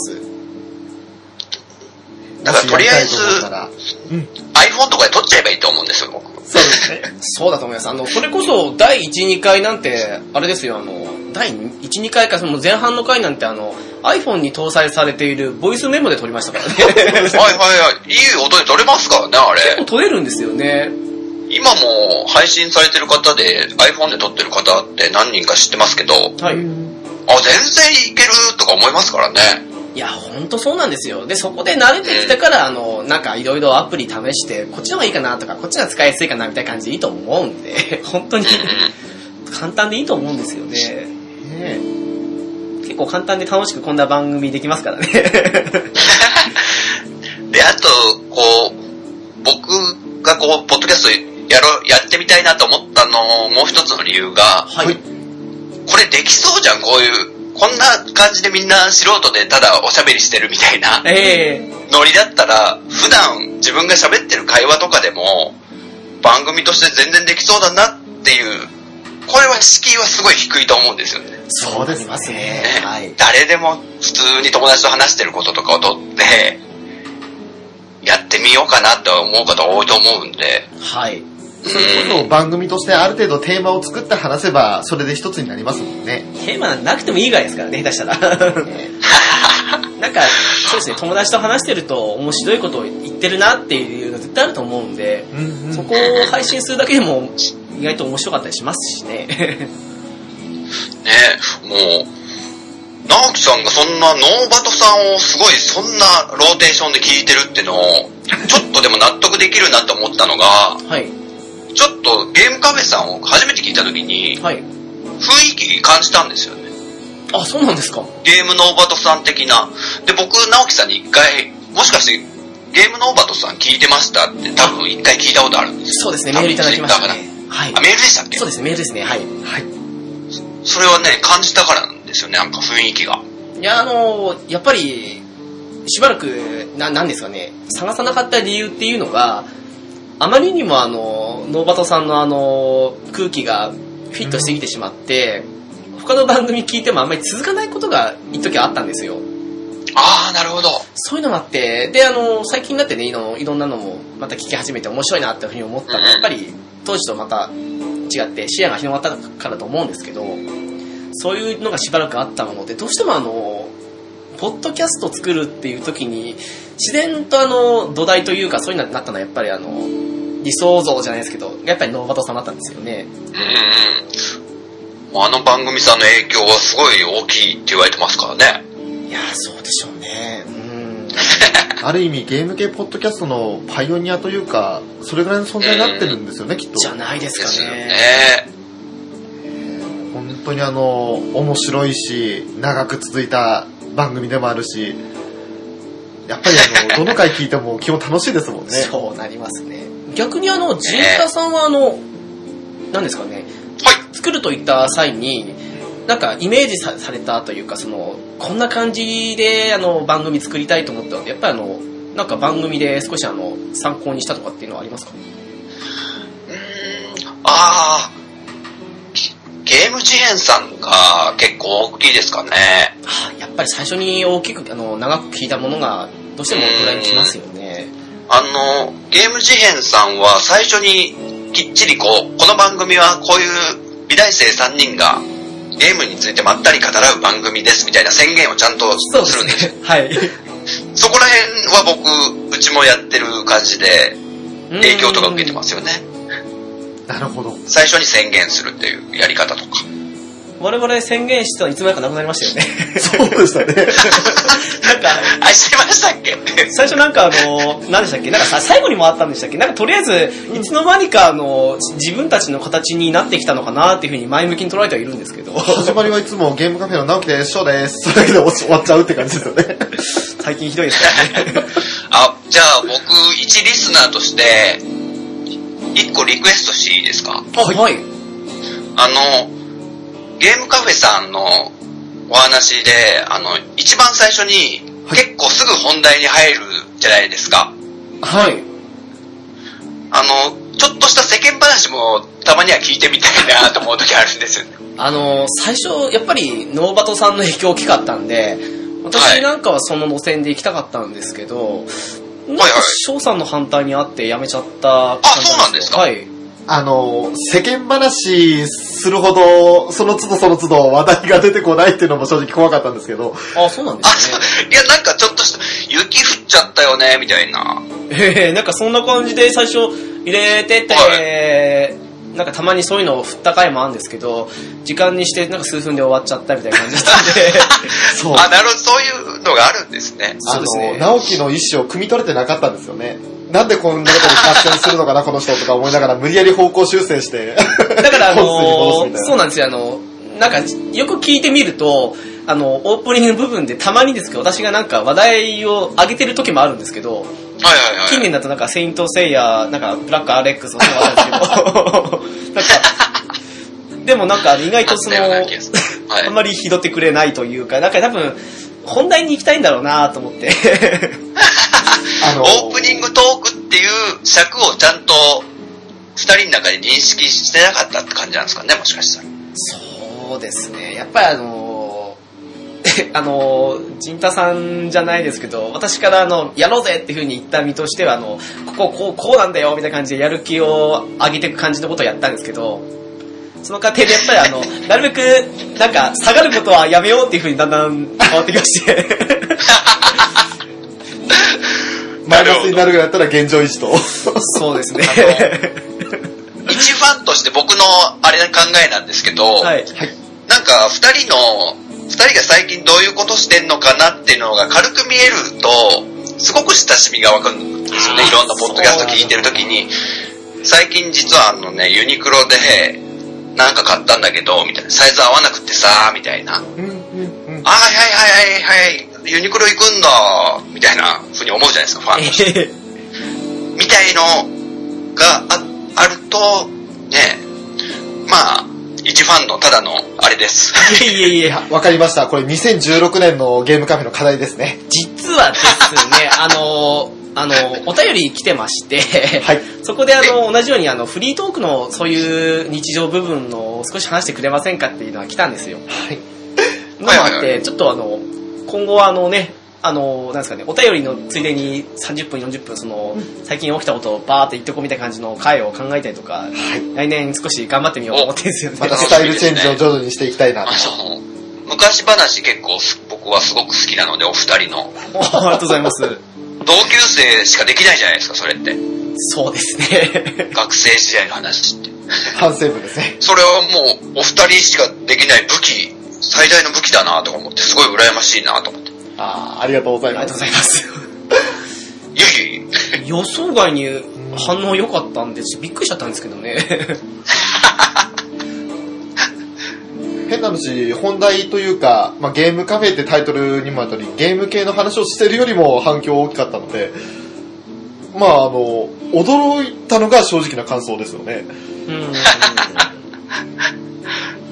Speaker 3: だからとりあえず、iPhone とかで撮っちゃえばいいと思うんですよ、僕。
Speaker 1: そうですね。そうだと思います。それこそ第1、2回なんて、あれですよ、第1、2回かその前半の回なんてiPhone に搭載されているボイスメモで撮りましたからね。はい
Speaker 3: はいはい。いい音で撮れますからね、あれ。
Speaker 1: 結構撮れるんですよね。
Speaker 3: 今も配信されてる方で iPhone で撮ってる方って何人か知ってますけど、はい。全然いけるとか思いますからね。
Speaker 1: いや、ほんとそうなんですよ。で、そこで慣れてきたから、なんかいろいろアプリ試して、こっちの方がいいかなとか、こっちが使いやすいかなみたいな感じでいいと思うんで、本当に簡単でいいと思うんですよね。結構簡単で楽しくこんな番組できますからね。
Speaker 3: で、あと、こう、僕がこう、ポッドキャストやってみたいなと思ったの、もう一つの理由が、はい。これできそうじゃん、こんな感じでみんな素人でただおしゃべりしてるみたいなノリだったら、普段自分が喋ってる会話とかでも番組として全然できそうだなっていう、これは敷居はすごい低いと思うんですよね。
Speaker 1: そうですね。はい。
Speaker 3: 誰でも普通に友達と話してることとかをとってやってみようかなって思う方多いと思うんで。
Speaker 1: はい。
Speaker 2: それこそ番組としてある程度テーマを作って話せばそれで一つになりますもんね。
Speaker 1: テーマなくてもいいぐらいですからね、下手したら。なんかそうですね、友達と話してると面白いことを言ってるなっていうの絶対あると思うんで、そこを配信するだけでも意外と面白かったりしますしね。
Speaker 3: ね、もう直樹さんがそんなノーバトさんをすごいそんなローテーションで聞いてるってのをちょっとでも納得できるなと思ったのが、はい。ちょっとゲームカフェさんを初めて聞いたときに、はい、雰囲気感じたんですよね。
Speaker 1: あ、そうなんですか。
Speaker 3: ゲームノーバトさん的な。で、僕、直樹さんに一回、もしかしてゲームノーバトさん聞いてましたって多分一回聞いたことあるんですよ。
Speaker 1: そうですね、メールいただきましたね。はい。
Speaker 3: あ、メールでしたっけ？
Speaker 1: そうですね、メールですね、はい。はい。
Speaker 3: それはね、感じたからなんですよね、なんか雰囲気が。
Speaker 1: いや、やっぱり、しばらく、なんですかね、探さなかった理由っていうのが、あまりにもノーバトさんの空気がフィットしてきてしまって、他の番組聞いてもあんまり続かないことが一時あったんですよ。
Speaker 3: ああ、なるほど。
Speaker 1: そういうのもあって、で、最近になってね、いろんなのもまた聞き始めて面白いなっていうふうに思ったのは、やっぱり当時とまた違って視野が広がったからと思うんですけど、そういうのがしばらくあったもので、どうしてもポッドキャスト作るっていう時に、自然と土台というかそういうのになったのはやっぱり理想像じゃないですけど、やっぱりノーバトさんだったんですよね。
Speaker 3: あの番組さんの影響はすごい大きいって言われてますからね。
Speaker 1: いや、そうでしょうね。
Speaker 2: ある意味ゲーム系ポッドキャストのパイオニアというか、それぐらいの存在になってるんですよね、きっと。
Speaker 1: じゃないですかね。ですよね。
Speaker 2: 本当に面白いし、長く続いた番組でもあるし、やっぱりどの回聞いても基本楽しいですもんね。
Speaker 1: そうなりますね。逆にジンタさんは何ですかね、はい、作るといった際になんかイメージされたというか、こんな感じで番組作りたいと思ったので、やっぱりなんか番組で少し参考にしたとかっていうのはありますか？
Speaker 3: ゲーム事変さんが結構大きいですかね。
Speaker 1: やっぱり最初に大きく長く聞いたものがどうしてもぐらいに来ますよね。
Speaker 3: ゲーム事変さんは最初にきっちりこの番組はこういう美大生3人がゲームについてまったり語らう番組ですみたいな宣言をちゃんとするんですよ。
Speaker 1: はい。
Speaker 3: そこら辺はうちもやってる感じで影響とか受けてますよね。
Speaker 2: なるほど。
Speaker 3: 最初に宣言するっていうやり方とか。
Speaker 1: 我々宣言してたのいつの間にかなくなりましたよね。
Speaker 2: そうでしたね。
Speaker 1: なんか、
Speaker 3: してましたっけ？
Speaker 1: 最初なんか何でしたっけ？なんか最後にもあったんでしたっけ？なんかとりあえず、いつの間にか自分たちの形になってきたのかなっていうふうに前向きに捉えてはいるんですけど。
Speaker 2: 始まりはいつもゲームカフェの直樹です、翔です。それだけで終わっちゃうって感じですよね。
Speaker 1: 最近ひどいですからね。
Speaker 3: じゃあ僕、一リスナーとして、一個リクエストしていいですか？
Speaker 1: はい。
Speaker 3: ゲームカフェさんのお話で、一番最初に、結構すぐ本題に入るじゃないですか。
Speaker 1: はい。
Speaker 3: ちょっとした世間話もたまには聞いてみたいなと思う時あるんですよね。
Speaker 1: 最初、やっぱりノーバトさんの影響大きかったんで、私なんかはその路線で行きたかったんですけど、なんか翔さんの反対にあってやめちゃった感じ。
Speaker 3: そうなんですか？はい。
Speaker 2: 世間話するほど、その都度その都度話題が出てこないっていうのも正直怖かったんですけど。
Speaker 1: そうなんですね。
Speaker 3: いや、なんかちょっとした、雪降っちゃったよね、みたいな。
Speaker 1: なんかそんな感じで最初入れてて、なんかたまにそういうのを振った回もあるんですけど、時間にしてなんか数分で終わっちゃったみたいな感じだったんで。
Speaker 2: そう。
Speaker 3: なるほど、そういうのがあるんですね。
Speaker 1: そうですね。
Speaker 2: 直樹の意思を汲み取れてなかったんですよね。なんでこんなことに発展するのかなこの人とか思いながら無理やり方向修正して
Speaker 1: だからそうなんですよ。なんかよく聞いてみるとオープニング部分でたまにですけど私がなんか話題を上げてる時もあるんですけど、近年だとなんかセイントセイヤなんかブラック RX とかあるんですけどなんかでもなんか意外とあんまり拾ってくれないというか、なんか多分本題に行きたいんだろうなと思って
Speaker 3: オープニングトークっていう尺をちゃんと2人の中で認識してなかったって感じなんですかね、もしかしたら。
Speaker 1: そうですね。やっぱり陣太さんじゃないですけど、私からやろうぜっていう風に言った身としてはこうなんだよみたいな感じでやる気を上げていく感じのことをやったんですけど、その過程でやっぱりなるべくなんか下がることはやめようっていう風にだんだん変わってきまして
Speaker 2: マイナスになるぐらいだったら現状維持と
Speaker 1: そうですね
Speaker 3: 一ファンとして僕のあれ考えなんですけど、なんか2人が最近どういうことしてんのかなっていうのが軽く見えるとすごく親しみが湧くんですよね。いろんなポッドキャスト聞いてるときに、最近実はユニクロでなんか買ったんだけどみたいな、サイズ合わなくてさみたいな、はいユニクロ行くんだみたいな風に思うじゃないですか、ファンとしてみたいのがあるとね、まあ一ファンのただのあれです。
Speaker 1: いや
Speaker 2: わかりました。これ2016年のゲームカフェの課題ですね。
Speaker 1: 実はですねお便り来てまして、はい、そこで同じようにフリートークのそういう日常部分の少し話してくれませんかっていうのが来たんですよ。はい。のもあって、ちょっと今後はなんですかね、お便りのついでに30分40分最近起きたことをバーって言ってこうみたいな感じの回を考えたりとか、はい、来年少し頑張ってみようと思ってるんですよね。
Speaker 2: またスタイルチェンジを徐々にしていきたいなと。
Speaker 3: 昔話結構僕はすごく好きなので、お二人の。
Speaker 1: ありがとうございます。
Speaker 3: 同級生しかできないじゃないですか、それって。
Speaker 1: そうですね。
Speaker 3: 学生時代の話って。
Speaker 2: 反省文ですね。
Speaker 3: それはもうお二人しかできない武器、最大の武器だなと思って、すごい羨ましいなと思って。
Speaker 2: ありがとうございます。
Speaker 1: ありがとうございます。いや予想外に反応良かったんでびっくりしちゃったんですけどね。
Speaker 2: 変な話、本題というか、ゲームカフェってタイトルにもあったり、ゲーム系の話をしてるよりも反響大きかったので、驚いたのが正直な感想ですよね。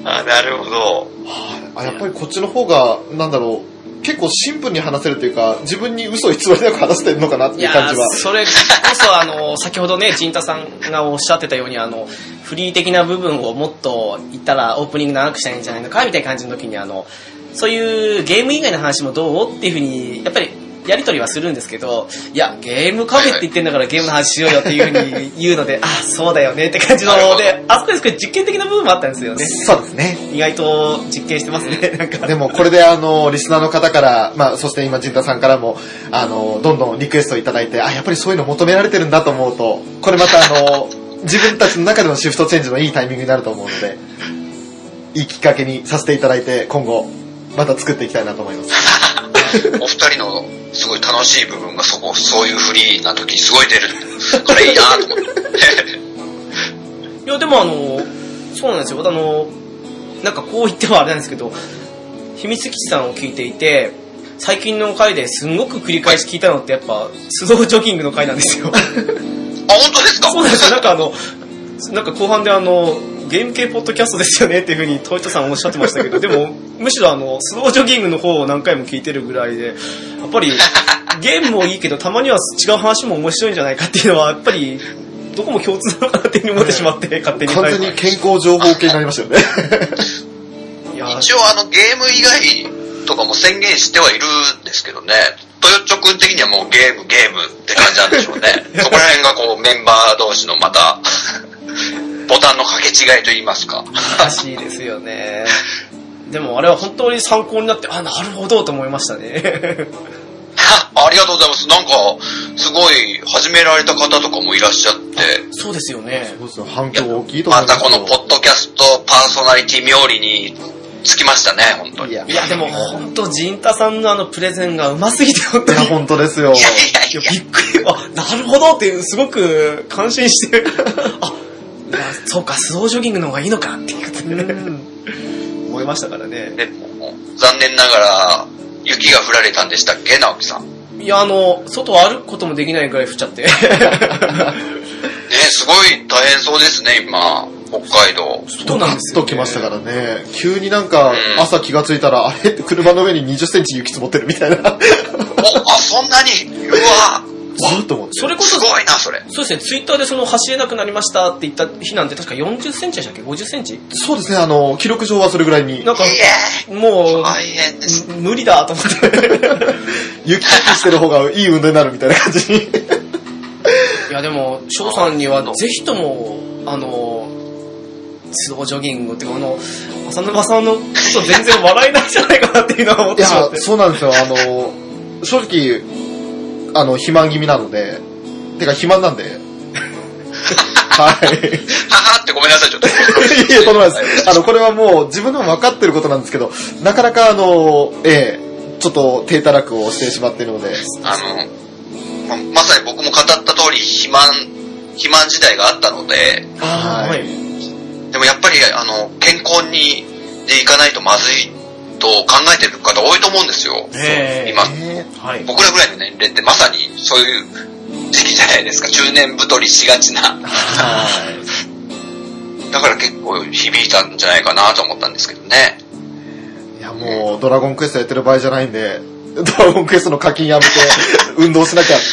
Speaker 3: あ、なるほど。
Speaker 2: やっぱりこっちの方が、なんだろう、結構シンプルに話せるというか、自分に嘘偽りなく話してるのかなっていう感じは。
Speaker 1: それこそ先ほどね、陣太さんがおっしゃってたように、フリー的な部分をもっと言ったらオープニング長くしたらいいんじゃないのかみたいな感じの時に、そういうゲーム以外の話もどうっていうふうに、やっぱり、やりとりはするんですけど、いや、ゲームカフェって言ってんだからゲームの話しようよっていうふうに言うので、あ、そうだよねって感じので、あそこですけど実験的な部分もあったんですよね。
Speaker 2: そうですね。
Speaker 1: 意外と実験してますね、なんか。
Speaker 2: でもこれでリスナーの方から、まあ、そして今、陣太さんからも、どんどんリクエストいただいて、やっぱりそういうの求められてるんだと思うと、これまた自分たちの中でのシフトチェンジのいいタイミングになると思うので、いいきっかけにさせていただいて、今後、また作っていきたいなと思います。
Speaker 3: お二人のすごい楽しい部分がそういうフリーな時にすごい出るからいいなと思って。
Speaker 1: いや、でもそうなんですよ。なんかこう言ってはあれなんですけど、秘密基地さんを聞いていて、最近の回ですんごく繰り返し聞いたのってやっぱ、スロージョギングの回なんですよ。
Speaker 3: あ、本当ですか？
Speaker 1: そうなんですよ。なんか後半でゲーム系ポッドキャストですよねっていう風にトイトさんおっしゃってましたけど、でもむしろスロージョギングの方を何回も聞いてるぐらいで、やっぱりゲームもいいけどたまには違う話も面白いんじゃないかっていうのはやっぱりどこも共通なのかなっていう風に思ってしまって、勝手に
Speaker 2: 完全に健康情報系になりましたよね。
Speaker 3: 一応ゲーム以外とかも宣言してはいるんですけどね、トヨッチョ君的にはもうゲームって感じなんでしょうね。そこら辺がこうメンバー同士のまたボタンの掛け違いと言いますか。
Speaker 1: 難しいですよね。でもあれは本当に参考になって、なるほどと思いましたね。
Speaker 3: ありがとうございます。なんかすごい始められた方とかもいらっしゃって。
Speaker 1: そうですよね。
Speaker 2: そうですよ。反響大きいと思いますよ。
Speaker 3: またこのポッドキャストパーソナリティ冥利につきましたね、本当に。
Speaker 1: いやでも本当陣太さんのプレゼンがうますぎて本当に。
Speaker 2: いや本当ですよ。
Speaker 1: いやびっくり。なるほどっていうすごく感心して。そうか、スロージョギングの方がいいのかっていうことで、思いましたからね。
Speaker 3: でも残念ながら雪が降られたんでしたっけ、直樹さん。
Speaker 1: いや外を歩くこともできないくらい降っちゃって。ね、
Speaker 3: すごい大変そうですね、今。北海道。
Speaker 1: そうなんですよ、
Speaker 2: と来ましたからね。急になんか朝気がついたら、あれって車の上に20センチ雪積もってるみたいな。
Speaker 3: そんなにうわ
Speaker 2: わーっと思って。
Speaker 1: それこそ
Speaker 3: すごいな、それ。
Speaker 1: そうですね、ツイッターで走れなくなりましたって言った日なんて確か40センチでしたっけ ?50 センチ
Speaker 2: そうですね、記録上はそれぐらいに。
Speaker 1: なんか、もう、
Speaker 3: 大変です。
Speaker 1: 無理だと思って。
Speaker 2: 雪かきしてる方がいい運動になるみたいな感じに。
Speaker 1: いやでも、翔さんにはぜひとも、スロージョギングっていうか、浅沼さんのこと全然笑えないんじゃないかなっていうのは思ってしまって。
Speaker 2: いや、そうなんですよ。正直、肥満気味なので、てか肥満なんで。はい。
Speaker 3: ははってごめんなさい、ちょっと。
Speaker 2: いえ、とんでもないです。これはもう自分でも分かってることなんですけど、なかなかちょっと低たらくをしてしまっているので。
Speaker 3: まさに僕も語った通り、肥満時代があったので、
Speaker 2: はい。
Speaker 3: でもやっぱり、健康にでいかないとまずいと考えてる方多いと思うんですよ。今、
Speaker 1: はい、
Speaker 3: 僕らぐらいの年齢ってまさにそういう時期じゃないですか。中年太りしがちな。
Speaker 1: はい。
Speaker 3: だから結構響いたんじゃないかなと思ったんですけどね。
Speaker 2: いやもうドラゴンクエストやってる場合じゃないんで、ドラゴンクエストの課金やめて運動しなきゃって。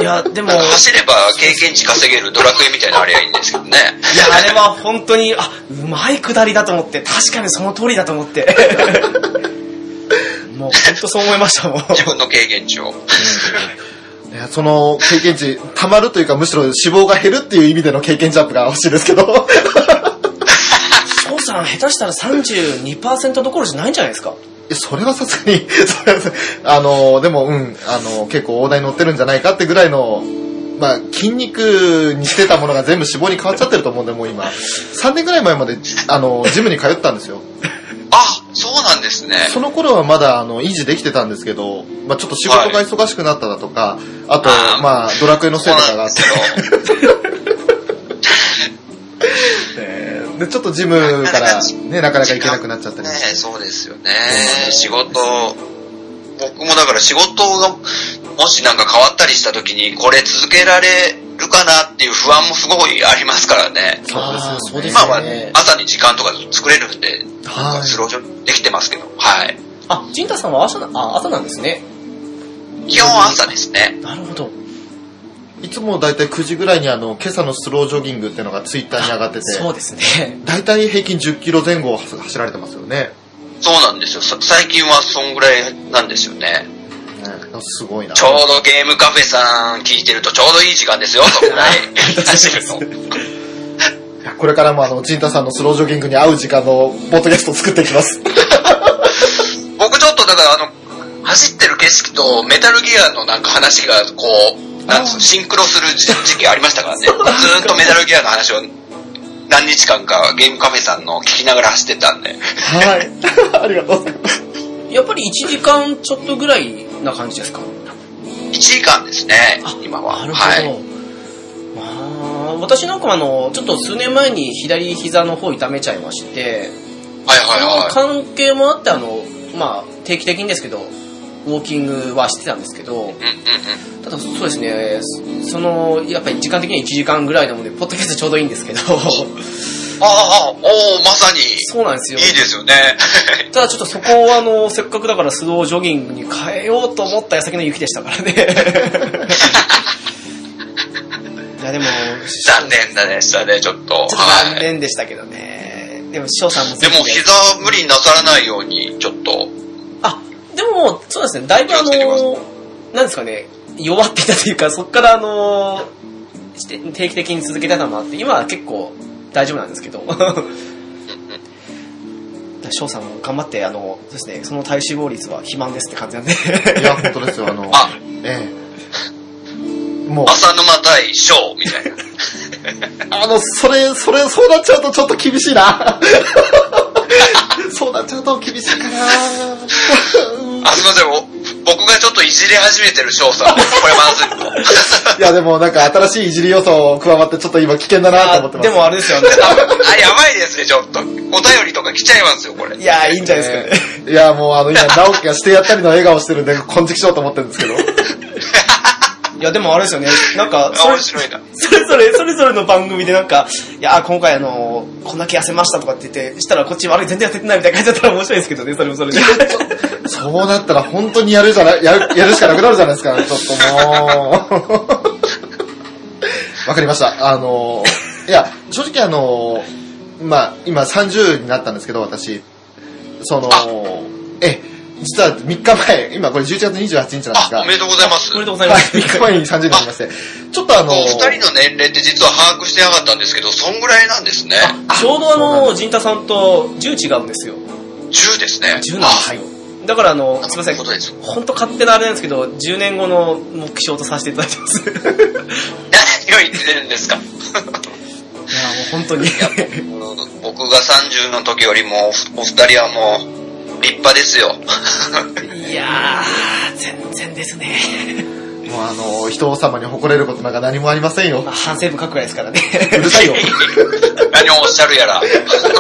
Speaker 1: いやでも
Speaker 3: 走れば経験値稼げるドラクエみたいなのあればいいんですけどね。
Speaker 1: いやあれは本当にうまいくだりだと思って、確かにその通りだと思って。もう本当そう思いましたもん。
Speaker 3: 自分の経験値を。
Speaker 2: いやその経験値溜まるというか、むしろ脂肪が減るっていう意味での経験値アップが欲しいですけど。
Speaker 1: 翔さん下手したら 32% どころじゃないんじゃないですか。
Speaker 2: それはさすがにでも結構大台に乗ってるんじゃないかってぐらいの、まあ筋肉にしてたものが全部脂肪に変わっちゃってると思うんで、もう今3年ぐらい前までジムに通ったんですよ。
Speaker 3: あ、そうなんですね。
Speaker 2: その頃はまだ維持できてたんですけど、まあちょっと仕事が忙しくなっただとか、あとまあドラクエのせいとかがあって。でちょっとジムからね、なかなか行けなくなっちゃったりね。
Speaker 3: そうですよね。仕事、僕もだから仕事がもしなんか変わったりした時にこれ続けられるかなっていう不安もすごいありますからね。
Speaker 1: そうですね。
Speaker 3: 今は朝に時間とか作れるんで、スロージョできてますけど、はい。
Speaker 1: 陣太さんは朝なんですね。
Speaker 3: 基本は朝ですね。
Speaker 1: なるほど。
Speaker 2: いつもだいたい9時ぐらいに今朝のスロージョギングっていうのがツイッターに上がってて、
Speaker 1: そうですね。
Speaker 2: だいたい平均10キロ前後を走られてますよね。
Speaker 3: そうなんですよ。最近はそんぐらいなんですよね。
Speaker 2: すごいな。
Speaker 3: ちょうどゲームカフェさん聞いてるとちょうどいい時間ですよ、そんぐらい走るの。
Speaker 2: これからも陣太さんのスロージョギングに合う時間のポッドキャストを作っていきます。
Speaker 3: 僕ちょっとだから走ってる景色とメタルギアのなんか話がこう、シンクロする時期ありましたからね。ずーっとメタルギアの話を何日間かゲームカフェさんの聞きながら走ってたんで。
Speaker 2: はい。ありがとうございます。
Speaker 1: やっぱり1時間ちょっとぐらいな感じですか
Speaker 3: ？1時間ですね、今は。
Speaker 1: なるほど。はい、私なんかもちょっと数年前に左膝の方痛めちゃいまして、その関係もあって定期的にですけど、ウォーキングはしてたんですけど、ただそうですね、やっぱり時間的には1時間ぐらいなので、ポッドキャストちょうどいいんですけど。
Speaker 3: まさに。
Speaker 1: そうなんですよ。
Speaker 3: いいですよね。
Speaker 1: ただちょっとそこをせっかくだからスロージョギングに変えようと思った矢先の雪でしたからね。いやでも
Speaker 3: 残念でしたね、ちょっと。
Speaker 1: 残念でしたけどね。でも翔さんも
Speaker 3: でも膝無理なさらないようにちょっと。
Speaker 1: でもそうですね、だいぶなんですかね、弱っていたというか、そこから定期的に続けたのもあって、今は結構大丈夫なんですけど。翔さんも頑張ってそうですね、その体脂肪率は肥満ですって感じなんで。
Speaker 2: いや本当ですよ。
Speaker 3: もう浅沼対翔みたいな。
Speaker 2: そうなっちゃうとちょっと厳しいな。そうなっちゃうと厳しいかな。
Speaker 3: すいません、僕がちょっといじり始めてる翔さん、これまずい。
Speaker 2: いやでもなんか新しいいじり要素加わってちょっと今危険だなと思ってます。
Speaker 1: でもあれですよね。
Speaker 3: やばいですね、ちょっと。お便りとか来ちゃいますよ、これ。
Speaker 1: いやいいんじゃないですかね。
Speaker 2: いやもう今、直樹がしてやったりの笑顔してるんで、こんちきしようと思ってるんですけど。
Speaker 1: いやでもあれですよね、なんか
Speaker 3: 面白いな。
Speaker 1: それぞれの番組でなんか、いや今回こんだけ痩せましたとかって言って、したらこっち悪い全然痩せてないみたいな感じだったら面白いですけどね、それもそれで。
Speaker 2: そうなったら本当にやるしかなくなるじゃないですか、ちょっともう。わかりました。いや正直今30になったんですけど、私実は3日前、今これ11月28日なんですが。
Speaker 3: おめでとうございます。
Speaker 1: おめでとうございます。
Speaker 2: 3日前に30になりまして。ちょっと
Speaker 3: お二人の年齢って実は把握してなかったんですけど、そんぐらいなんですね。
Speaker 1: ちょうど陣太さんと10違うんですよ。
Speaker 3: 10ですね。
Speaker 1: 10なんですよ。だからすみません。本当勝手なあれなんですけど、10年後の目標とさせていただいてます。
Speaker 3: 何を言ってるんですか。いやもう
Speaker 1: 本当に。
Speaker 3: 僕が30の時よりもお二人はもう立派ですよ。
Speaker 1: いやー、全然ですね。
Speaker 2: もう人様に誇れることなんか何もありませんよ。
Speaker 1: 反省部書くぐらいですからね。
Speaker 2: うるさいよ。
Speaker 3: 何をおっしゃるやら。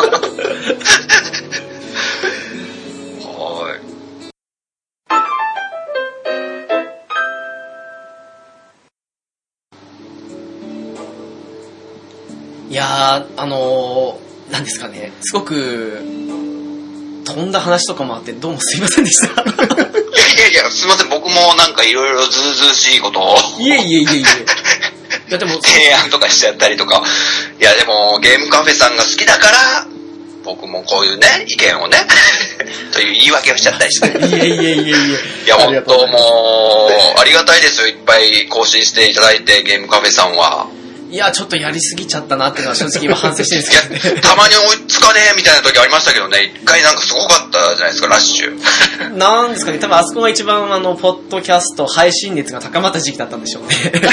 Speaker 1: いやー、なんですかね、すごく飛んだ話とかもあってどうもすいませんでした。
Speaker 3: いやすいません、僕もなんかいろいろずうずうしいことを
Speaker 1: いえいやでも
Speaker 3: 提案とかしちゃったりとか、いやでもゲームカフェさんが好きだから僕もこういうね意見をねという言い訳をしちゃったりして。いや本当もうありがたいですよ、いっぱい更新していただいて、ゲームカフェさんは。
Speaker 1: いやちょっとやりすぎちゃったなっていうのは正直今反省してるんですけどね。
Speaker 3: たまに追いつかねえみたいな時ありましたけどね、一回なんかすごかったじゃないですか、ラッシュ。
Speaker 1: なんですかね、多分あそこが一番ポッドキャスト配信熱が高まった時期だったんでしょうね。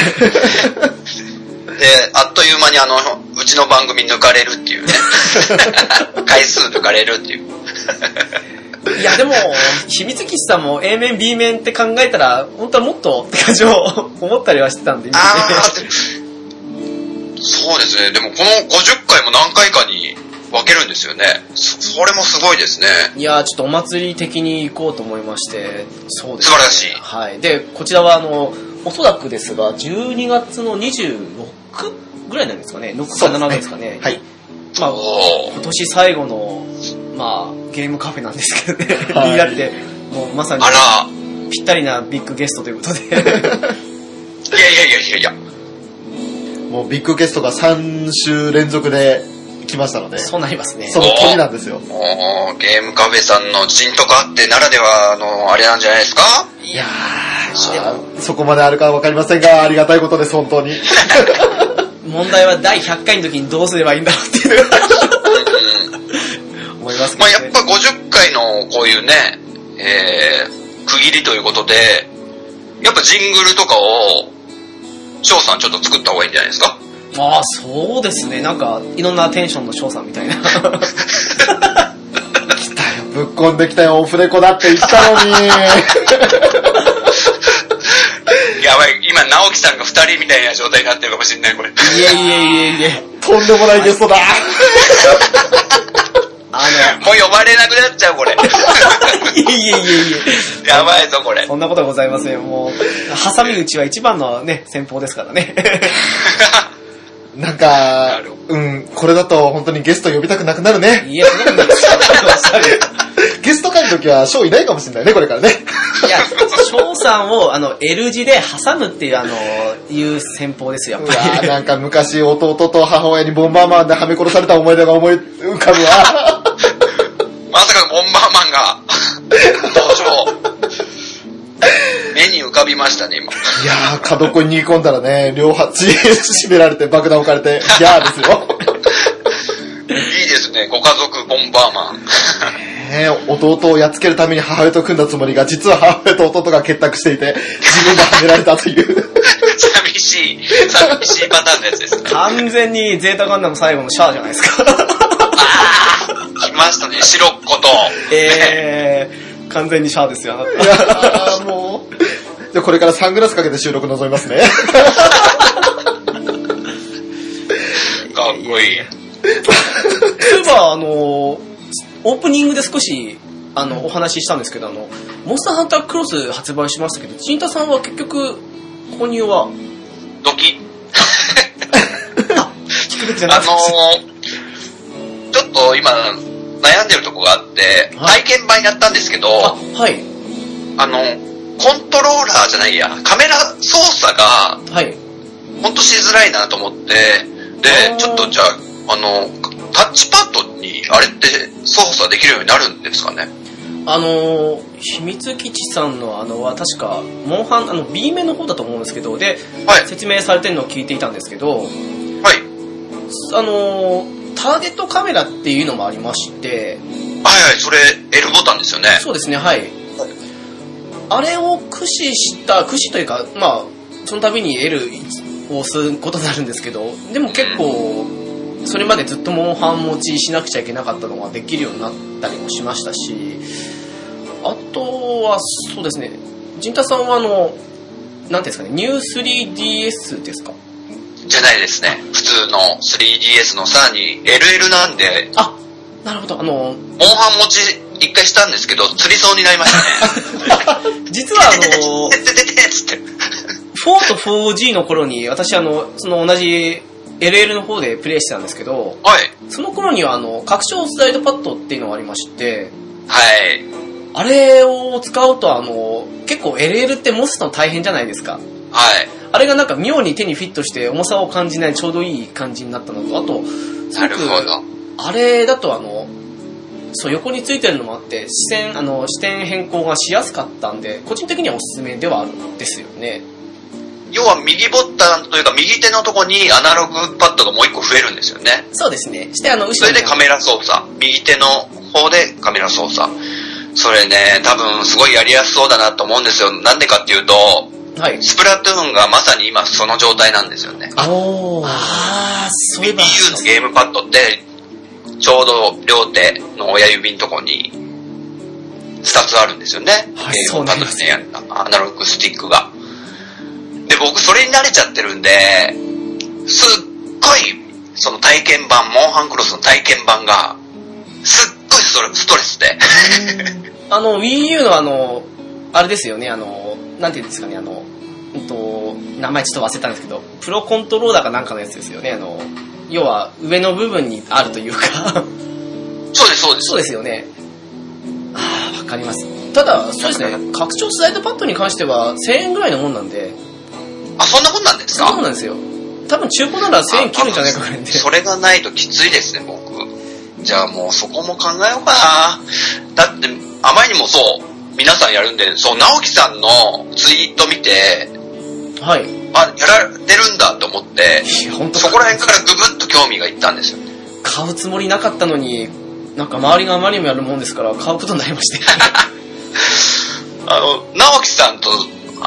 Speaker 3: で、あっという間にうちの番組抜かれるっていうね。回数抜かれるっていう。
Speaker 1: いやでも、秘密基地さんも A 面 B 面って考えたら、本当はもっとって感じを思ったりはしてたんで、
Speaker 3: そうですね。でもこの50回も何回かに分けるんですよね。それもすごいですね。
Speaker 1: いやちょっとお祭り的に行こうと思いまして、そうですね。
Speaker 3: 素晴らしい。
Speaker 1: はい。で、こちらはおそらくですが、12月の26 ぐらいなんですかね。6か7ですかね。
Speaker 2: はい。
Speaker 1: まあ、今年最後の、まあ、ゲームカフェなんですけどね。
Speaker 2: はい
Speaker 1: になって、もうまさに、ぴったりなビッグゲストということで。
Speaker 3: いや。
Speaker 2: もうビッグゲストが3週連続で来ましたので。
Speaker 1: そうなりますね。
Speaker 2: その通りなんですよ。
Speaker 3: ゲームカフェさんの人とかあってならではのあれなんじゃないですか？
Speaker 1: いや
Speaker 2: ー、そこまであるかわかりませんが、ありがたいことです、本当に。
Speaker 1: 問題は第100回の時にどうすればいいんだろうっていう思いますけどね。
Speaker 3: まあやっぱ50回のこういうね、区切りということで、やっぱジングルとかを、翔さんちょっと作った方がいいんじゃないですか？
Speaker 1: ああ、そうですね。なんか、いろんなテンションの翔さんみたいな。
Speaker 2: 来たよ、ぶっこんできたよ、オフレコだって言ったのに。
Speaker 3: やばい、今、直樹さんが2人みたいな状態になってるかもしれない、これ。
Speaker 1: いえ。
Speaker 2: とんでもないゲストだ。
Speaker 3: もう呼ばれなくなっちゃう、これ。
Speaker 1: いえ。
Speaker 3: やばいぞ、これ。
Speaker 1: そんなことはございませんよ。もう、挟み撃ちは一番のね、戦法ですからね。
Speaker 2: なんか、これだと本当にゲスト呼びたくなくなるね。
Speaker 1: いや、そんなことおっしゃる。
Speaker 2: ゲスト会の時はショーいないかもしれないね、これからね。
Speaker 1: いや、翔さんをL 字で挟むっていういう戦法ですよ、やっぱり。
Speaker 2: なんか昔弟と母親にボンバーマンではめ殺された思い出が思い浮かぶわ。
Speaker 3: まさかボンバーマンが登場。目に浮かびましたね、今。
Speaker 2: いやー、角っこに逃げ込んだらね、両端締められて爆弾置かれて、ギャーですよ。
Speaker 3: いいですね、ご家族ボンバーマン。
Speaker 2: 弟をやっつけるために母親と組んだつもりが、実は母親と弟が結託していて、自分がはめられたという。
Speaker 3: 寂しいパターンのやつです。
Speaker 1: 完全にゼータガンダム最後のシャアじゃないですか。
Speaker 3: 来ましたね、白っ子と。
Speaker 1: 完全にシャアですよ。
Speaker 2: いやー、もう。じゃあこれからサングラスかけて収録臨みますね。
Speaker 3: かっこいい。
Speaker 1: そういえば、オープニングで少し、お話ししたんですけど、モンスターハンタークロス発売しましたけど、チンタさんは結局、購入は
Speaker 3: ドキ
Speaker 1: 聞くべきじゃないですか。
Speaker 3: ちょっと今、悩んでるとこがあって、体験版やったんですけど、
Speaker 1: はい。
Speaker 3: コントローラーじゃないや、カメラ操作が、
Speaker 1: はい。
Speaker 3: ほんとしづらいなと思って、で、ちょっとじゃあ、タッチパッドにあれって操作できるようになるんですかね？
Speaker 1: 秘密基地さんのは確か、モンハン、B 面の方だと思うんですけど、で、
Speaker 3: はい、
Speaker 1: 説明されてるのを聞いていたんですけど、
Speaker 3: はい。
Speaker 1: ターゲットカメラっていうのもありまして、
Speaker 3: はい、それ L ボタンですよね。
Speaker 1: そうですね、はい。あれを駆使というか、まあ、その度に L を押すことになるんですけど、でも結構、それまでずっとモンハン持ちしなくちゃいけなかったのができるようになったりもしましたし、あとはそうですね、陣太さんはなんていうんですかね、ニュー 3DS ですか？
Speaker 3: じゃないですね。普通の 3DS のさらに LL なんで。
Speaker 1: あ、なるほど。
Speaker 3: モンハン持ち一回したんですけど、釣りそうになりましたね。
Speaker 1: 実は
Speaker 3: つって。
Speaker 1: 4と 4G の頃に私その同じLL の方でプレイしてたんですけど、
Speaker 3: はい。
Speaker 1: その頃には拡張スライドパッドっていうのがありまして、
Speaker 3: はい。
Speaker 1: あれを使うと結構 LL って持つの大変じゃないですか。
Speaker 3: はい。
Speaker 1: あれがなんか妙に手にフィットして重さを感じないちょうどいい感じになったのと、あと、
Speaker 3: なるほど。
Speaker 1: あれだとそう横についてるのもあって視点変更がしやすかったんで、個人的にはおすすめではあるんですよね。
Speaker 3: 要は右ボタンというか右手のとこにアナログパッドがもう一個増えるんですよね。
Speaker 1: そうですね。して後ろに
Speaker 3: それでカメラ操作。右手の方でカメラ操作。それね、多分すごいやりやすそうだなと思うんですよ。なんでかっていうと、
Speaker 1: はい、
Speaker 3: スプラトゥーンがまさに今その状態なんですよね。
Speaker 1: そういえば
Speaker 3: Wii U のゲームパッドってちょうど両手の親指のとこに2つあるんですよね。
Speaker 1: はい、
Speaker 3: ゲームパッドでね、アナログスティックが。で、僕それに慣れちゃってるんで、すっごいその体験版、モンハンクロスの体験版がすっごいストレスで。Wii
Speaker 1: U のあれですよね、なんていうんですかね、 名前ちょっと忘れたんですけど、プロコントローラーかなんかのやつですよね。要は上の部分にあるというか
Speaker 3: そうですそうです。
Speaker 1: そうですよね。わかります。ただそうですね、拡張スライドパッドに関しては1000円ぐらいのもんなんで。
Speaker 3: そんなもんなんですか？
Speaker 1: そうなんですよ。多分中古なら1000円切るんじゃないかぐらいで。
Speaker 3: それがないときついですね、僕。じゃあもうそこも考えようかな。だってあまりにも皆さんやるんで、直樹さんのツイート見て、
Speaker 1: はい。
Speaker 3: やられてるんだと思って、そこら辺からググッと興味がいったんですよ。
Speaker 1: 買うつもりなかったのに、なんか周りがあまりにもやるもんですから買うことになりまして
Speaker 3: 直樹さんと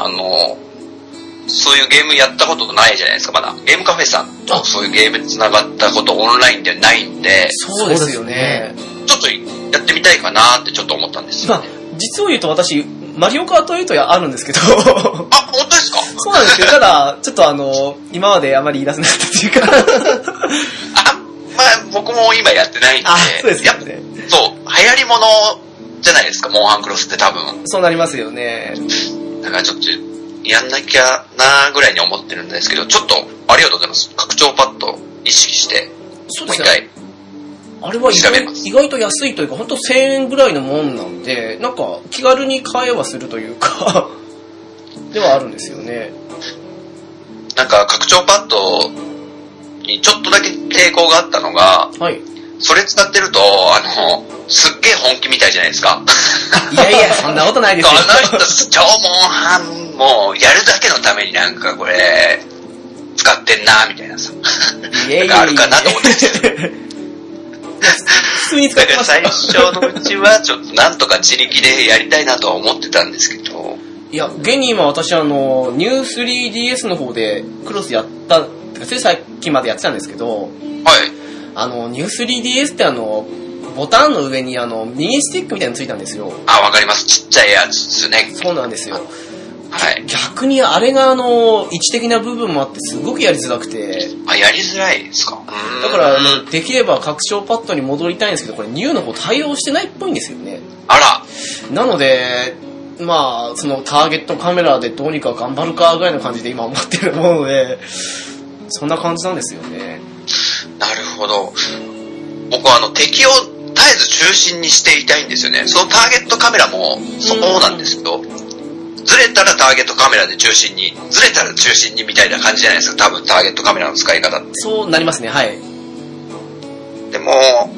Speaker 3: そういうゲームやったことないじゃないですか、まだ。ゲームカフェさんとそういうゲームに繋がったことオンラインでないんで。
Speaker 1: そうですよね。
Speaker 3: ちょっとやってみたいかなってちょっと思ったんですよ。
Speaker 1: 実を言うと私、マリオカート8あるんですけど
Speaker 3: 本当ですか？
Speaker 1: そうなんですよ。ただ、ちょっと今まであまり言い出せなかったというか
Speaker 3: 僕も今やってないんで。
Speaker 1: そうですよね。
Speaker 3: 流行り物じゃないですか、モンハンクロスって多分。そう
Speaker 1: なりますよね。
Speaker 3: だからちょっと、やんなきゃなぐらいに思ってるんですけど、ちょっとありがとうございます。拡張パッド意識して、もう一回。
Speaker 1: あれは意外と安いというか、ほんと1000円ぐらいのもんなんで、なんか気軽に買えはするというかではあるんですよね。
Speaker 3: なんか拡張パッドにちょっとだけ抵抗があったのが、
Speaker 1: はい。
Speaker 3: それ使ってると、すっげえ本気みたいじゃないですか。
Speaker 1: いや、そんなことないですよ。
Speaker 3: この人、超モンハンもやるだけのためになんかこれ、使ってんなみたいなさ。なんかあるかなと思ってんですよ。
Speaker 1: 普通に使ってました。
Speaker 3: だから最初のうちはちょっとなんとか自力でやりたいなとは思ってたんですけど。
Speaker 1: いや、現に今私ニュー 3DS の方でクロスやった、ついさっきまでやってたんですけど、
Speaker 3: はい。
Speaker 1: ニュー 3DS ってボタンの上にミニスティックみたいなのついたんですよ。
Speaker 3: わかります。ちっちゃいやつですね。
Speaker 1: そうなんですよ。
Speaker 3: はい。
Speaker 1: 逆にあれが位置的な部分もあってすごくやりづらくて。
Speaker 3: やりづらいですか？
Speaker 1: だからできれば拡張パッドに戻りたいんですけど、これニューの方対応してないっぽいんですよね。
Speaker 3: あら。
Speaker 1: なので、そのターゲットカメラでどうにか頑張るかぐらいの感じで今思ってるもので、そんな感じなんですよね。
Speaker 3: なるほど。僕は敵を絶えず中心にしていたいんですよね。そのターゲットカメラもそうなんですけど、ずれたらターゲットカメラで中心に、ずれたら中心にみたいな感じじゃないですか、多分ターゲットカメラの使い方って。
Speaker 1: そうなりますね、はい。
Speaker 3: でも、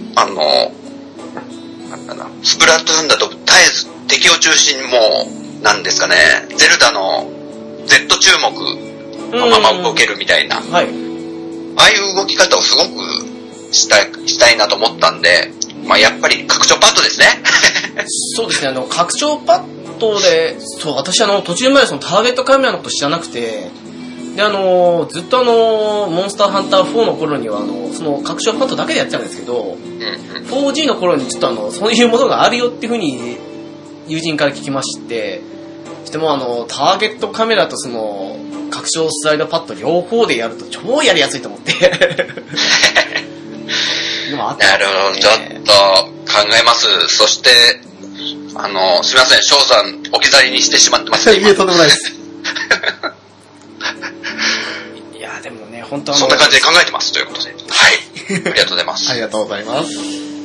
Speaker 3: なんかな、スプラトゥーンだと絶えず敵を中心にもう、なんですかね、ゼルダの Z 注目のまま動けるみたいな、
Speaker 1: はい。
Speaker 3: ああいう動き方をすごくしたいなと思ったんで、やっぱり拡張パッドですね。
Speaker 1: そうですね、拡張パッドで、私途中までそのターゲットカメラのこと知らなくて、でずっとモンスターハンター4の頃にはその拡張パッドだけでやってたんですけど、4G の頃にちょっとそういうものがあるよっていう風に友人から聞きまして、そしてもターゲットカメラとその拡張スライドパッド両方でやると超やりやすいと思って
Speaker 3: なるほど、ちょっと考えます。そしてすみません、翔さん置き去りにしてしまってます。
Speaker 2: いえ、とんでもないです。
Speaker 1: いやでもね、本当
Speaker 3: そんな感じで考えてますということで、はい、ありがとうございます。
Speaker 2: ありがとうございます。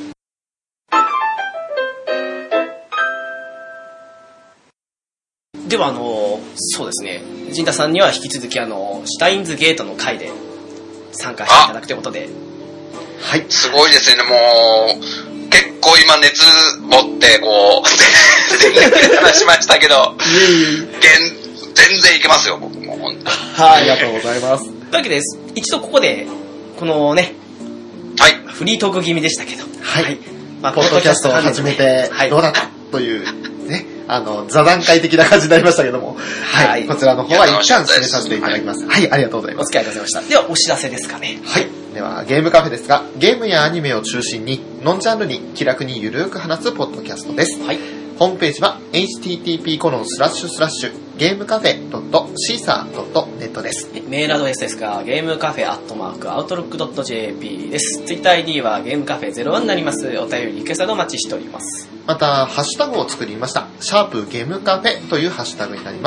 Speaker 1: ではそうですね、陣田さんには引き続きシュタインズゲートの回で参加していただくということで、
Speaker 2: はい、
Speaker 3: すごいですね。もう結構今熱持って話しましたけど、全然いけますよ、僕も本当。
Speaker 2: はい、ありがとうございます。
Speaker 1: というわけで一度ここでこのね、
Speaker 3: はい、
Speaker 1: フリートーク気味でしたけど、
Speaker 2: はい、ポッドキャストを始めてどうだったというね、座談会的な感じになりましたけども、はい、こちらの方は一旦進めさせていただきます。はい、ありがとうございます。
Speaker 1: お付き合いくださいました。ではお知らせですかね。
Speaker 2: はい。ではゲームカフェですが、ゲームやアニメを中心にノンジャンルに気楽にゆるく話すポッドキャストです。
Speaker 1: はい。
Speaker 2: ホームページは http:// ゲームカフェ.caesar.net です。
Speaker 1: メールアドレスですが、ゲームカフェ@outlook.jp です。ツイッター ID はゲームカフェ01になります。お便りリクエストお待ちしております。
Speaker 2: またハッシュタグを作りました。#ゲームカフェというハッシュタグになります。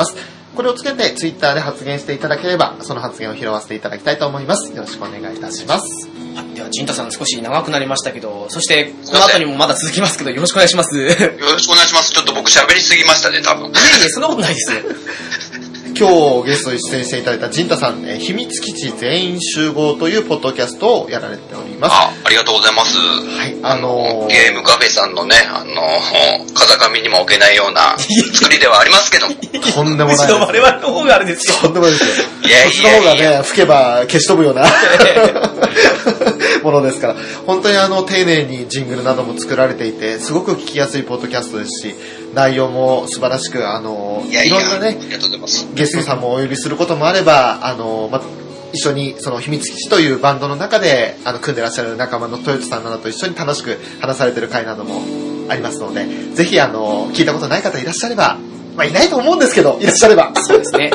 Speaker 2: これをつけてツイッターで発言していただければ、その発言を拾わせていただきたいと思います。よろしくお願いいたします。
Speaker 1: はい、では陣太さん少し長くなりましたけど、そしてこの後にもまだ続きますけど、よろしくお願いします。よ
Speaker 3: ろしくお願いします。ちょっと僕喋りすぎましたね、多分。
Speaker 1: いえいえ、そんなことないですよ。
Speaker 2: 今日ゲストに出演していただいた陣太さん、秘密基地全員集合というポッドキャストをやられております。
Speaker 3: ありがとうございます。
Speaker 2: はい、
Speaker 3: ゲームカフェさんのね、風上にも置けないような作りではありますけど。
Speaker 2: とんでもない。
Speaker 1: 我々の方があれですよ。
Speaker 2: とんでもないですよ。
Speaker 3: いや
Speaker 2: そっちの方がね、吹けば消し飛ぶようなものですから、本当に丁寧にジングルなども作られていて、すごく聞きやすいポッドキャストですし、内容も素晴らしく、いろんなね、ゲストさんもお呼びすることもあれば、一緒にその秘密基地というバンドの中で組んでらっしゃる仲間のトヨタさんなどと一緒に楽しく話されている回などもありますので、ぜひ聞いたことない方いらっしゃれば、いないと思うんですけど、いらっしゃれば。
Speaker 1: そうですね。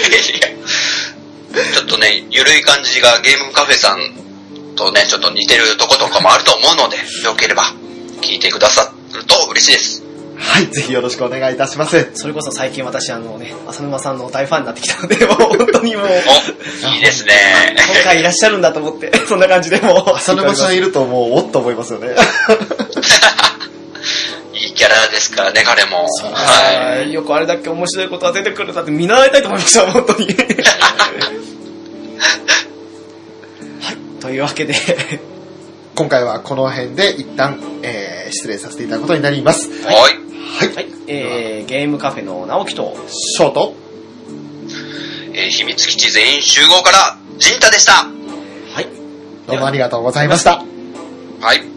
Speaker 3: ちょっとね、ゆるい感じがゲームカフェさんとね、ちょっと似てるとことかもあると思うので、よければ聞いてくださると嬉しいです。
Speaker 2: はい、ぜひよろしくお願いいたします。
Speaker 1: それこそ最近私浅沼さんの大ファンになってきたので、もう本当にもう。
Speaker 3: いいですね。
Speaker 1: 今回いらっしゃるんだと思って、そんな感じでもう。
Speaker 2: 浅沼さんいるともう、おっと思いますよね。
Speaker 3: いいキャラですからね、彼も。
Speaker 1: はい。よくあれだけ面白いことが出てくるんだって見習いたいと思いました、本当に。はい。というわけで。
Speaker 2: 今回はこの辺で一旦、失礼させていただくことになります。
Speaker 3: はい。
Speaker 2: はい。
Speaker 1: はい、ゲームカフェの直樹と
Speaker 2: ショート、
Speaker 3: 秘密基地全員集合から陣太でした。
Speaker 1: はい。
Speaker 2: どうもありがとうございました。
Speaker 3: はい。